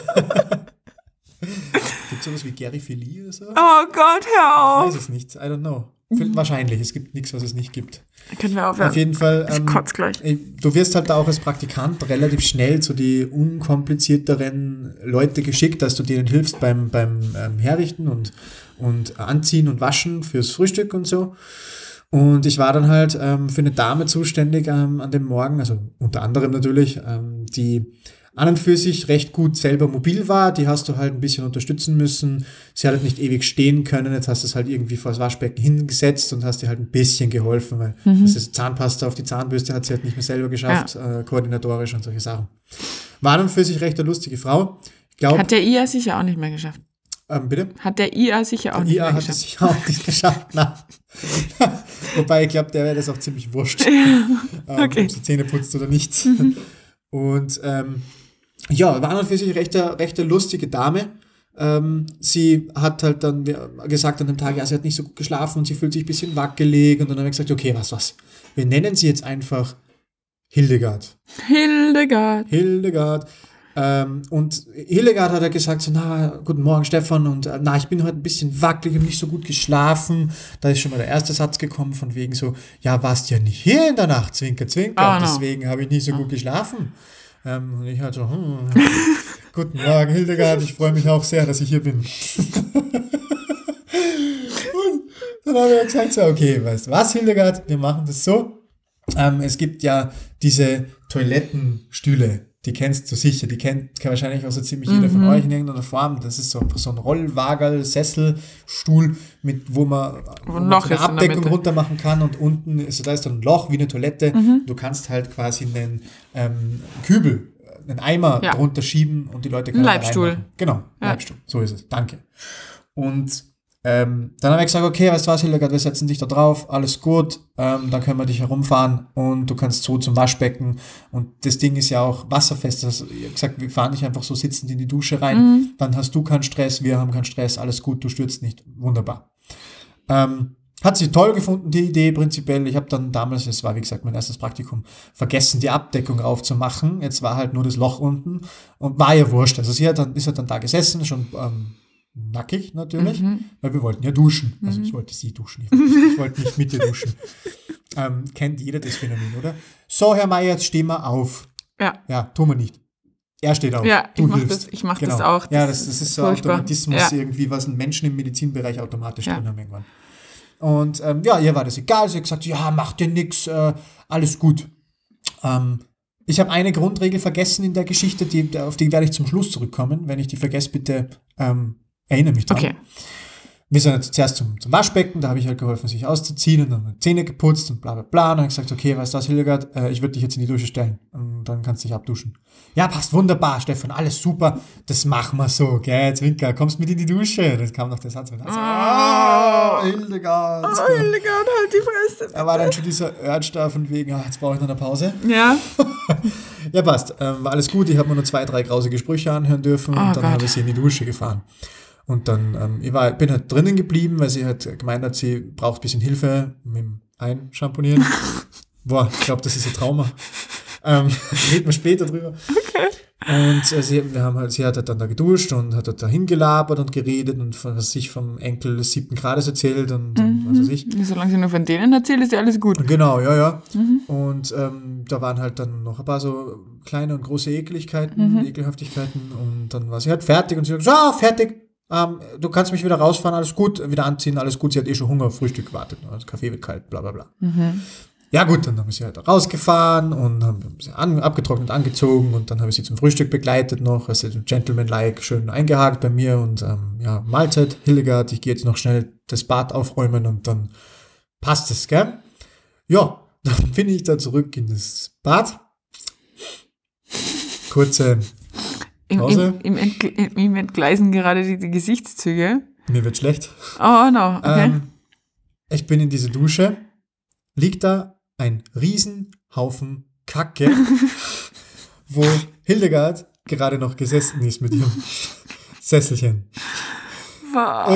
gibt es sowas wie Geriphilie oder so? Oh Gott, hör Ich weiß auf. es nicht. I don't know. Wahrscheinlich. Es gibt nichts, was es nicht gibt. Können wir aufhören? Auf jeden Fall. Ich Ähm, kotz gleich. Du wirst halt da auch als Praktikant relativ schnell zu die unkomplizierteren Leute geschickt, dass du denen hilfst beim, beim ähm, Herrichten und, und Anziehen und Waschen fürs Frühstück und so. Und ich war dann halt ähm, für eine Dame zuständig ähm, an dem Morgen, also unter anderem natürlich, ähm, die an und für sich recht gut selber mobil war. Die hast du halt ein bisschen unterstützen müssen. Sie hat halt nicht ewig stehen können. Jetzt hast du es halt irgendwie vor das Waschbecken hingesetzt und hast dir halt ein bisschen geholfen, weil Mhm. das ist Zahnpasta auf die Zahnbürste hat sie halt nicht mehr selber geschafft, äh, koordinatorisch und solche Sachen. War an und für sich recht eine lustige Frau. Ich glaube, Hat der I A sicher auch nicht mehr geschafft. ähm, bitte? Hat der I A sicher auch Der nicht I A mehr hat es geschafft. sicher auch nicht geschafft. Nein. Wobei, ich glaube, der wäre das auch ziemlich wurscht, ähm, okay. ob sie Zähne putzt oder nicht. Und ähm, ja, war an und für sich recht, eine- recht eine lustige Dame. Ähm, sie hat halt dann gesagt an dem Tag, ja, sie hat nicht so gut geschlafen und sie fühlt sich ein bisschen wackelig. Und dann habe ich gesagt, okay, was, was? Wir nennen sie jetzt einfach Hildegard. Hildegard. Hildegard. Ähm, und Hildegard hat er gesagt, so, na, guten Morgen, Stefan, und äh, na, ich bin heute ein bisschen wackelig und nicht so gut geschlafen. Da ist schon mal der erste Satz gekommen, von wegen so, ja, warst ja nicht hier in der Nacht, zwinker, zwinker, Oh, no. deswegen habe ich nicht so gut geschlafen. Ähm, und ich halt so, hm, guten Morgen, Hildegard, ich freue mich auch sehr, dass ich hier bin. Und dann habe ich gesagt, so, okay, weißt du was, Hildegard, wir machen das so. Ähm, es gibt ja diese Toilettenstühle, die kennst du sicher, die kennt kann wahrscheinlich auch so ziemlich jeder von euch in irgendeiner Form. Das ist so, so ein Rollwagel, Sesselstuhl, mit, wo man, wo ein man Loch so eine ist in der Abdeckung Mitte. runter machen kann und unten ist, da ist dann ein Loch wie eine Toilette. Du kannst halt quasi einen ähm, Kübel, einen Eimer Ja. drunter schieben und die Leute Ein können da Leibstuhl. reinmachen. Genau, Ja. Leibstuhl, so ist es, danke. Und ähm, dann habe ich gesagt, okay, weißt du was, Hildegard, wir setzen dich da drauf, alles gut, ähm, dann können wir dich herumfahren und du kannst so zum Waschbecken und das Ding ist ja auch wasserfest, also ich habe gesagt, wir fahren nicht einfach so sitzend in die Dusche rein, Mhm. dann hast du keinen Stress, wir haben keinen Stress, alles gut, du stürzt nicht, wunderbar. Ähm, hat sie toll gefunden, die Idee prinzipiell. Ich habe dann damals, es war wie gesagt mein erstes Praktikum, vergessen, die Abdeckung aufzumachen. Jetzt war halt nur das Loch unten und war ja wurscht. Also sie hat dann, ist halt dann da gesessen, schon ähm, nackig natürlich, Mhm. weil wir wollten ja duschen. Also ich wollte sie duschen, ich wollte, ich wollte nicht mit ihr duschen. Ähm, kennt jeder das Phänomen, oder? So, Herr Meier, jetzt stehen wir auf. Ja. Ja, tun wir nicht. Er steht auf. Ja, du ich mach hilfst. das- ich mach genau. das auch. Ja, Das das, das ist ist so furchtbar. Automatismus Ja. irgendwie, was ein Menschen im Medizinbereich automatisch Ja. drin haben irgendwann. Und ähm, ja, ihr war das egal. Sie hat gesagt, ja, macht dir nix, äh, alles gut. Ähm, ich habe eine Grundregel vergessen in der Geschichte, die, auf die werde ich zum Schluss zurückkommen. Wenn ich die vergesse, bitte ähm, erinnere mich dran. Okay. Wir sind jetzt zuerst zum, zum Waschbecken, da habe ich halt geholfen, sich auszuziehen und dann Zähne geputzt und bla bla bla. Und dann habe ich gesagt, okay, weißt du was, Hildegard, äh, ich würde dich jetzt in die Dusche stellen und dann kannst du dich abduschen. Ja, passt wunderbar, Stefan, alles super, das machen wir so, gell, Zwinker, kommst mit in die Dusche. Dann kam noch der Satz mit, also, oh, Hildegard. Oh, Hildegard, halt die Fresse. Da war dann schon dieser Urge da von wegen, ah, jetzt brauche ich noch eine Pause. Ja. Ja, passt, ähm, war alles gut, ich habe mir nur zwei, drei grausige Sprüche anhören dürfen und Oh dann Gott. habe ich sie in die Dusche gefahren. Und dann, ähm, ich war, bin halt drinnen geblieben, weil sie halt gemeint hat, sie braucht ein bisschen Hilfe mit dem Einschamponieren. Boah, ich glaube, das ist ein Trauma. Ähm, reden wir später drüber. Okay. Und äh, sie, wir haben halt, sie hat halt dann da geduscht und hat halt da hingelabert und geredet und von, was sich vom Enkel des siebten Grades erzählt und, und was weiß ich. Solange sie nur von denen erzählt, ist ja alles gut. Genau, ja, ja. Und ähm, da waren halt dann noch ein paar so kleine und große Ekeligkeiten, Ekelhaftigkeiten und dann war sie halt fertig und sie hat gesagt, so, fertig, ähm, du kannst mich wieder rausfahren, alles gut, wieder anziehen, alles gut. Sie hat eh schon Hunger auf Frühstück gewartet, das Kaffee wird kalt, bla bla bla. Ja gut, dann haben wir sie halt rausgefahren und haben sie an, abgetrocknet, angezogen und dann habe ich sie zum Frühstück begleitet noch, also gentleman-like schön eingehakt bei mir und ähm, ja, Mahlzeit, Hildegard, ich gehe jetzt noch schnell das Bad aufräumen und dann passt es, gell? Ja, dann bin ich da zurück in das Bad. Kurze Im, Pause. im, im, Entgle im Entgleisen gerade die, die Gesichtszüge. Mir wird schlecht. Oh no, okay. Ähm, ich bin in dieser Dusche, liegt da ein Riesenhaufen Kacke, wo Hildegard gerade noch gesessen ist mit ihrem Sesselchen. Wow. Und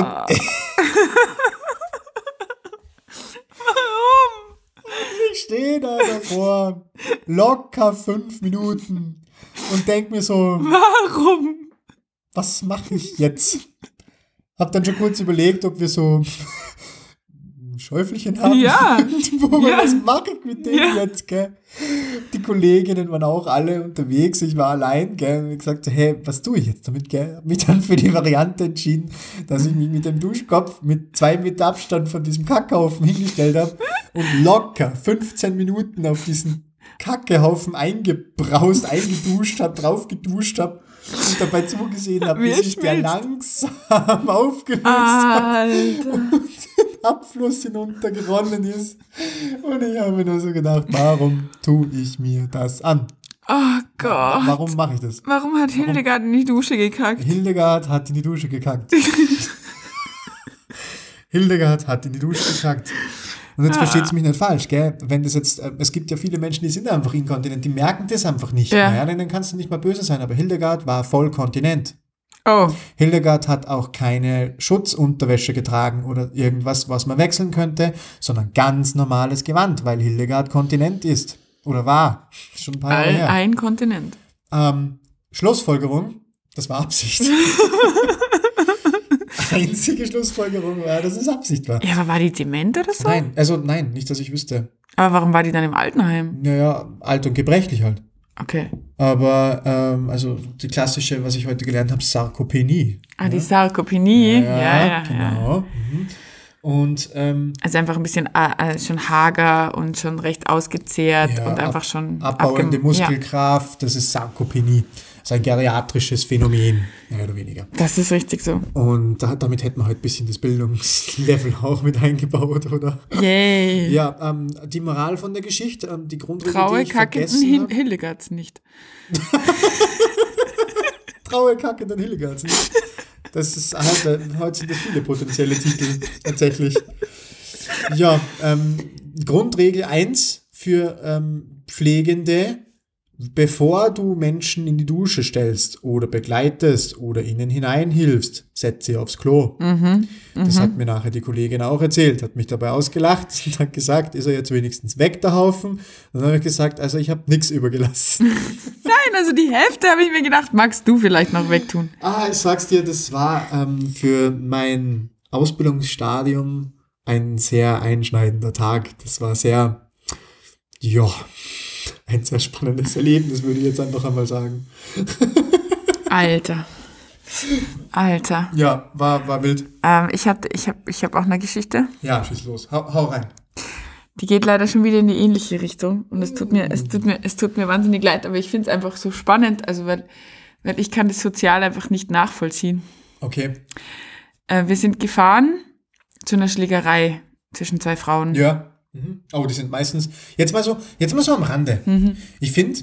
Warum? ich stehe da davor, locker fünf Minuten und denke mir so, Warum? was mache ich jetzt? Hab dann schon kurz überlegt, ob wir so ein Schäufelchen haben. Ja. Wo man Ja. was mache ich mit dem Ja. jetzt, gell? Die Kolleginnen waren auch alle unterwegs, ich war allein, gell? Und ich gesagt so, hey, was tue ich jetzt damit, gell? Hab mich dann für die Variante entschieden, dass ich mich mit dem Duschkopf mit zwei Meter Abstand von diesem Kackhaufen hingestellt habe und locker fünfzehn Minuten auf diesen Kackehaufen eingebraust, eingeduscht habe, drauf geduscht habe und dabei zugesehen habe, wie Wie er sich der schmilzt. langsam aufgelöst hat Alter. und den Abfluss hinuntergeronnen ist. Und ich habe mir nur so gedacht, warum tue ich mir das an? Oh Gott. Warum mache ich das? Warum hat Hildegard in die Dusche gekackt? Hildegard hat in die Dusche gekackt. Hildegard hat in die Dusche gekackt. Und jetzt Ah. versteht es mich nicht falsch, gell? Wenn das jetzt, äh, es gibt ja viele Menschen, die sind einfach inkontinent, die merken das einfach nicht. Ja. Naja, dann kannst du nicht mal böse sein, aber Hildegard war voll kontinent. Oh, Hildegard hat auch keine Schutzunterwäsche getragen oder irgendwas, was man wechseln könnte, sondern ganz normales Gewand, weil Hildegard kontinent ist. Oder war. Schon ein paar Jahre ein, her. ein Kontinent. Ähm, Schlussfolgerung, das war Absicht. Einzige Schlussfolgerung war, dass es Absicht war. Ja, aber war die dement oder so? Nein, also nein, nicht, dass ich wüsste. Aber warum war die dann im Altenheim? Naja, alt und gebrechlich halt. Okay. Aber, ähm, also die klassische, was ich heute gelernt habe, Sarkopenie. Ah, die Sarkopenie. Ja, ja, ja. genau. Mhm. Und, ähm, Also einfach ein bisschen äh, schon hager und schon recht ausgezehrt Ja, und einfach ab- schon abbauende abgem- Muskelkraft, das ist Sarkopenie. Das ist ein geriatrisches Phänomen, mehr oder weniger. Ja, das ist richtig so. Und da, damit hätten wir halt ein bisschen das Bildungslevel auch mit eingebaut, oder? Yay. Ja, ähm, die Moral von der Geschichte, ähm, die Grundregel, Traue die ich kackenden vergessen Hin habe. Hildegards nicht. Traue kackenden Hilligards. Das ist halt, äh, heute sind das viele potenzielle Titel, tatsächlich. Ja, ähm, Grundregel eins für ähm, Pflegende: Bevor du Menschen in die Dusche stellst oder begleitest oder ihnen hineinhilfst, setz sie aufs Klo. Mhm. Das hat mir nachher die Kollegin auch erzählt, hat mich dabei ausgelacht und hat gesagt, ist er jetzt wenigstens weg, der Haufen? Und dann habe ich gesagt, also ich habe nichts übergelassen. Nein, also die Hälfte habe ich mir gedacht, magst du vielleicht noch wegtun. Ah, ich sag's dir, das war ähm, für mein Ausbildungsstadium ein sehr einschneidender Tag. Das war sehr, ja, ein sehr spannendes Erlebnis, würde ich jetzt einfach einmal sagen. Alter. Alter. Ja, war, war wild. Ähm, ich habe ich hab, ich hab auch eine Geschichte. Ja, schieß los. Hau, hau rein. Die geht leider schon wieder in die ähnliche Richtung. Und es tut mir, es tut mir, es tut mir wahnsinnig leid, aber ich finde es einfach so spannend, also weil, weil ich kann das sozial einfach nicht nachvollziehen. Okay. Äh, wir sind gefahren zu einer Schlägerei zwischen zwei Frauen. Ja. Mhm. Oh, die sind meistens, jetzt mal so, jetzt mal so am Rande. Mhm. Ich finde,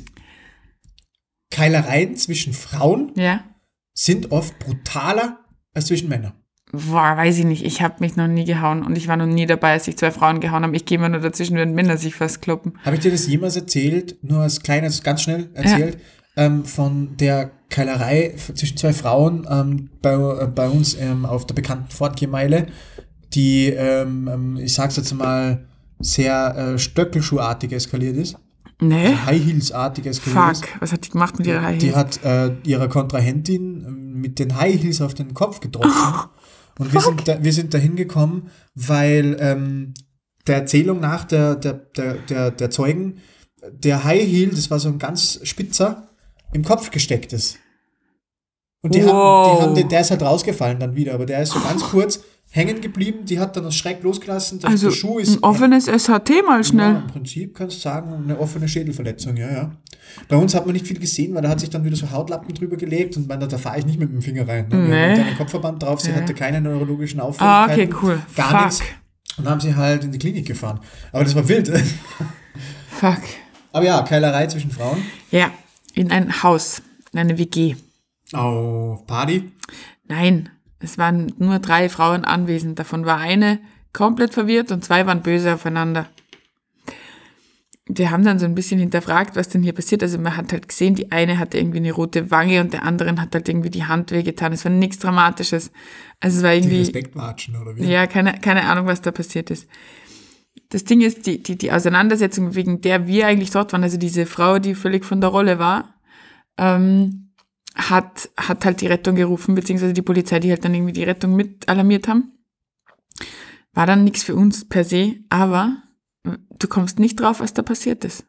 Keilereien zwischen Frauen Ja. sind oft brutaler als zwischen Männern. Boah, weiß ich nicht. Ich habe mich noch nie gehauen und ich war noch nie dabei, als sich zwei Frauen gehauen haben. Ich gehe immer nur dazwischen, wenn Männer sich fast kloppen. Habe ich dir das jemals erzählt, nur als kleines, ganz schnell erzählt, ähm, von der Keilerei f- zwischen zwei Frauen ähm, bei, äh, bei uns ähm, auf der bekannten Fortgehmeile, die, ähm, ähm, ich sag's jetzt mal, sehr äh, stöckelschuhartig eskaliert ist, Nee. High Heels-artig eskaliert ist. Fuck. Was hat die gemacht mit ihrer High Die Heels? hat äh, ihrer Kontrahentin ähm, mit den High Heels auf den Kopf getroffen. Und wir sind, da, wir sind da hingekommen, weil ähm, der Erzählung nach der, der, der, der, der Zeugen, der High Heel, das war so ein ganz spitzer, im Kopf gesteckt ist. Und die Wow. haben, die haben den, der ist halt rausgefallen dann wieder, aber der ist so ganz kurz hängen geblieben, die hat dann das Schreck losgelassen, der, Also der Schuh ist... ein offenes S H T mal Ja, schnell. im Prinzip kannst du sagen, eine offene Schädelverletzung, ja, ja. Bei uns hat man nicht viel gesehen, weil da hat sich dann wieder so Hautlappen drüber gelegt und man, da, da fahre ich nicht mit dem Finger rein. Ne? Wir Nee. haben einen Kopfverband drauf, sie Ja. hatte keine neurologischen Ah, Auffälligkeiten. okay, cool. Gar Fuck. nichts. Und dann haben sie halt in die Klinik gefahren. Aber das war wild. Fuck. Aber ja, Keilerei zwischen Frauen. Ja, in ein Haus, in eine W G. Auf Party. Nein, Es waren nur drei Frauen anwesend. Davon war eine komplett verwirrt und zwei waren böse aufeinander. Wir haben dann so ein bisschen hinterfragt, was denn hier passiert. Also man hat halt gesehen, die eine hatte irgendwie eine rote Wange und der anderen hat halt irgendwie die Hand wehgetan. Es war nichts Dramatisches. Also es war irgendwie... Die Respektwatschen, oder wie? Ja, keine, keine Ahnung, was da passiert ist. Das Ding ist, die, die, die Auseinandersetzung, wegen der wir eigentlich dort waren, also diese Frau, die völlig von der Rolle war, ähm, hat, hat halt die Rettung gerufen, beziehungsweise die Polizei, die halt dann irgendwie die Rettung mit alarmiert haben. War dann nichts für uns per se, aber du kommst nicht drauf, was da passiert ist.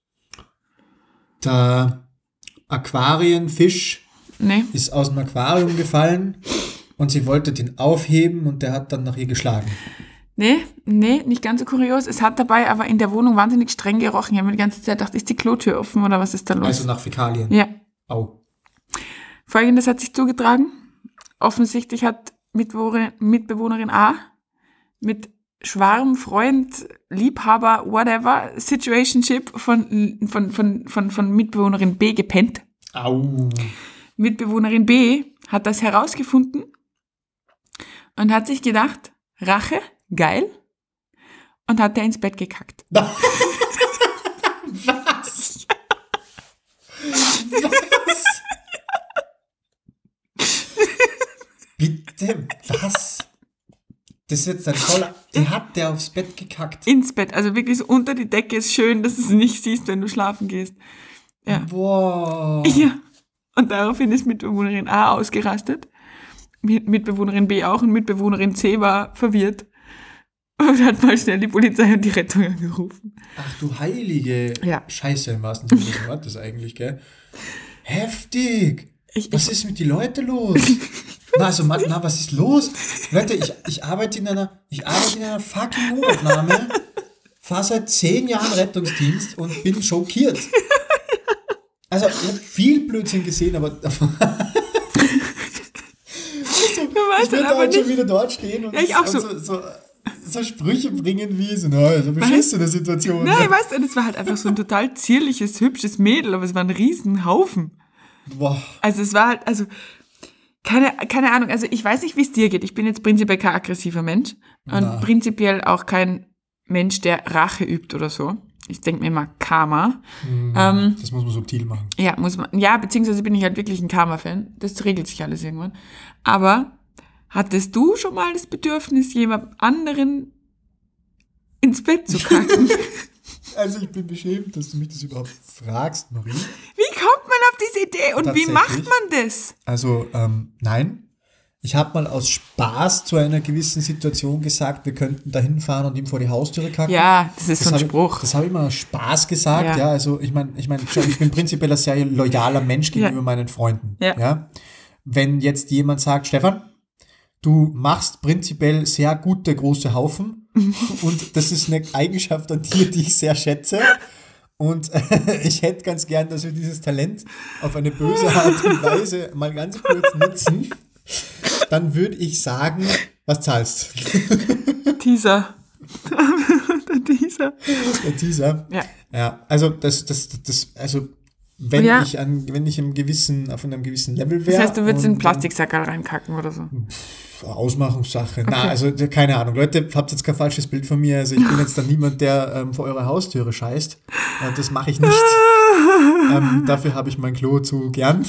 Der Aquarienfisch Nee. ist aus dem Aquarium gefallen und sie wollte den aufheben und der hat dann nach ihr geschlagen. Nee, nee, nicht ganz so kurios. Es hat dabei aber in der Wohnung wahnsinnig streng gerochen. Ich habe mir die ganze Zeit gedacht, ist die Klotür offen oder was ist da los? Also nach Fäkalien. Ja. Au. Folgendes hat sich zugetragen. Offensichtlich hat Mitbewohnerin, Mitbewohnerin A mit Schwarm, Freund, Liebhaber, whatever, Situationship von, von, von, von, von Mitbewohnerin B gepennt. Au. Mitbewohnerin B hat das herausgefunden und hat sich gedacht, Rache, geil, und hat er ins Bett gekackt. Was? Was? Bitte, was? Das ist jetzt ein toller... Die hat der aufs Bett gekackt. Ins Bett, also wirklich so unter die Decke ist schön, dass du es nicht siehst, wenn du schlafen gehst. Ja. Boah. Ja. Und daraufhin ist Mitbewohnerin A ausgerastet, Mitbewohnerin B auch und Mitbewohnerin C war verwirrt und hat mal schnell die Polizei und die Rettung angerufen. Ach du heilige Ja. Scheiße im wahrsten Sinne des Wortes eigentlich, gell? Heftig. Ich, Was ich, ist mit den Leuten los? Na, also, Mann, na, was ist los? Leute, ich, ich arbeite in einer, ich arbeite in einer fucking Notaufnahme, fahre seit zehn Jahren Rettungsdienst und bin schockiert. Also, ich habe viel Blödsinn gesehen, aber davon... Ich würde halt schon wieder dort stehen und, Ja, ich auch und so. so, so, so Sprüche bringen wie so, na, so beschissene Situation. Nein, weißt du, das war halt einfach so ein total zierliches, hübsches Mädel, aber es war ein Riesenhaufen. Boah. Also es war halt, also, keine, keine Ahnung, also ich weiß nicht, wie es dir geht. Ich bin jetzt prinzipiell kein aggressiver Mensch und Na. prinzipiell auch kein Mensch, der Rache übt oder so. Ich denke mir immer Karma. Mhm, Ähm, das muss man subtil machen. Ja, muss man, ja, beziehungsweise bin ich halt wirklich ein Karma-Fan. Das regelt sich alles irgendwann. Aber hattest du schon mal das Bedürfnis, jemand anderen ins Bett zu kacken? Also ich bin beschämt, dass du mich das überhaupt fragst, Marie. Wie kommt man auf diese Idee und wie macht man das? Also, ähm, nein. Ich habe mal aus Spaß zu einer gewissen Situation gesagt, wir könnten da hinfahren und ihm vor die Haustüre kacken. Ja, das ist so ein hab Spruch. Ich, das habe ich mal aus Spaß gesagt, ja. Ja. Also ich meine, ich mein, ich bin prinzipiell ein sehr loyaler Mensch gegenüber Ja. meinen Freunden. Ja. Ja. Wenn jetzt jemand sagt, Stefan, du machst prinzipiell sehr gute große Haufen und das ist eine Eigenschaft an dir, die ich sehr schätze. Und äh, ich hätte ganz gern, dass wir dieses Talent auf eine böse Art und Weise mal ganz kurz nutzen. Dann würde ich sagen, was zahlst? Teaser. Der Teaser. Der Teaser. Ja. Ja, also das, das, das, also wenn Ja. ich an, wenn ich im gewissen, auf einem gewissen Level Das wäre. heißt, du würdest in und- einen Plastiksackerl reinkacken oder so. Ausmachungssache. Na, also keine Ahnung. Leute, habt jetzt kein falsches Bild von mir. Also ich bin jetzt dann niemand, der ähm, vor eure Haustüre scheißt. Und das mache ich nicht. ähm, dafür habe ich mein Klo zu gern.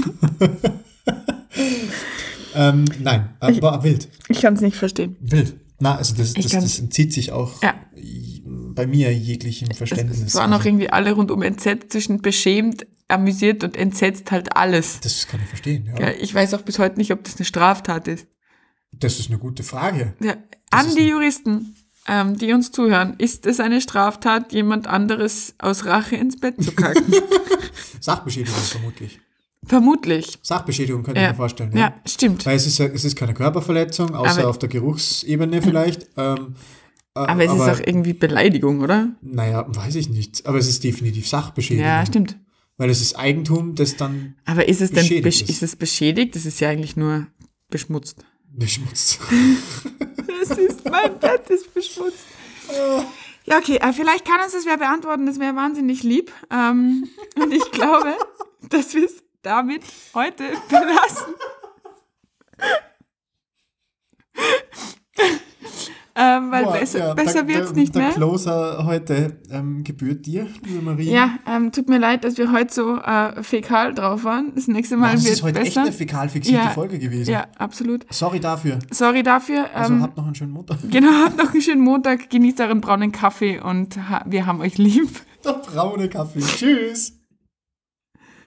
ähm, nein, aber wild. Ich kann es nicht verstehen. Wild. Na, also das, Ich das, kann's- das entzieht sich auch Ja. bei mir jeglichem Verständnis. Es waren auch Also, irgendwie alle rundum entsetzt, zwischen beschämt, amüsiert und entsetzt halt alles. das kann ich verstehen, ja. Ja, ich weiß auch bis heute nicht, ob das eine Straftat ist. Das ist eine gute Frage. Ja, Das an ist die ein- Juristen, ähm, die uns zuhören, ist es eine Straftat, jemand anderes aus Rache ins Bett zu kacken? Sachbeschädigung vermutlich. Vermutlich. Sachbeschädigung könnte ich Ja. mir vorstellen. Ja, stimmt. Weil es ist, ja- es ist keine Körperverletzung, außer Aber- auf der Geruchsebene vielleicht. Ähm, äh, Aber es ist auch irgendwie Beleidigung, oder? Naja, weiß ich nicht. Aber es ist definitiv Sachbeschädigung. Ja, stimmt. Weil es ist Eigentum, das dann Aber ist es denn Beschädigt besch ist. ist es beschädigt? Das ist ja eigentlich nur beschmutzt. beschmutzt. Das ist, mein Bett ist beschmutzt. Ja, okay, äh, vielleicht kann uns das wer beantworten, das wäre wahnsinnig lieb. Ähm, und ich glaube, dass wir es damit heute belassen. ähm, weil Boah, besser, ja, besser der, wird's der, nicht der mehr. Closer heute ähm, gebührt dir, liebe Marie. Ja, ähm, tut mir leid, dass wir heute so äh, fäkal drauf waren. Das nächste Mal Ja, das wird ist heute echt besser. eine fäkal fixierte Ja, Folge gewesen. Ja, absolut. Sorry dafür. Sorry dafür. Also Ähm, habt noch einen schönen Montag. genau, habt noch einen schönen Montag, genießt euren braunen Kaffee und ha- wir haben euch lieb. Der braune Kaffee. Tschüss.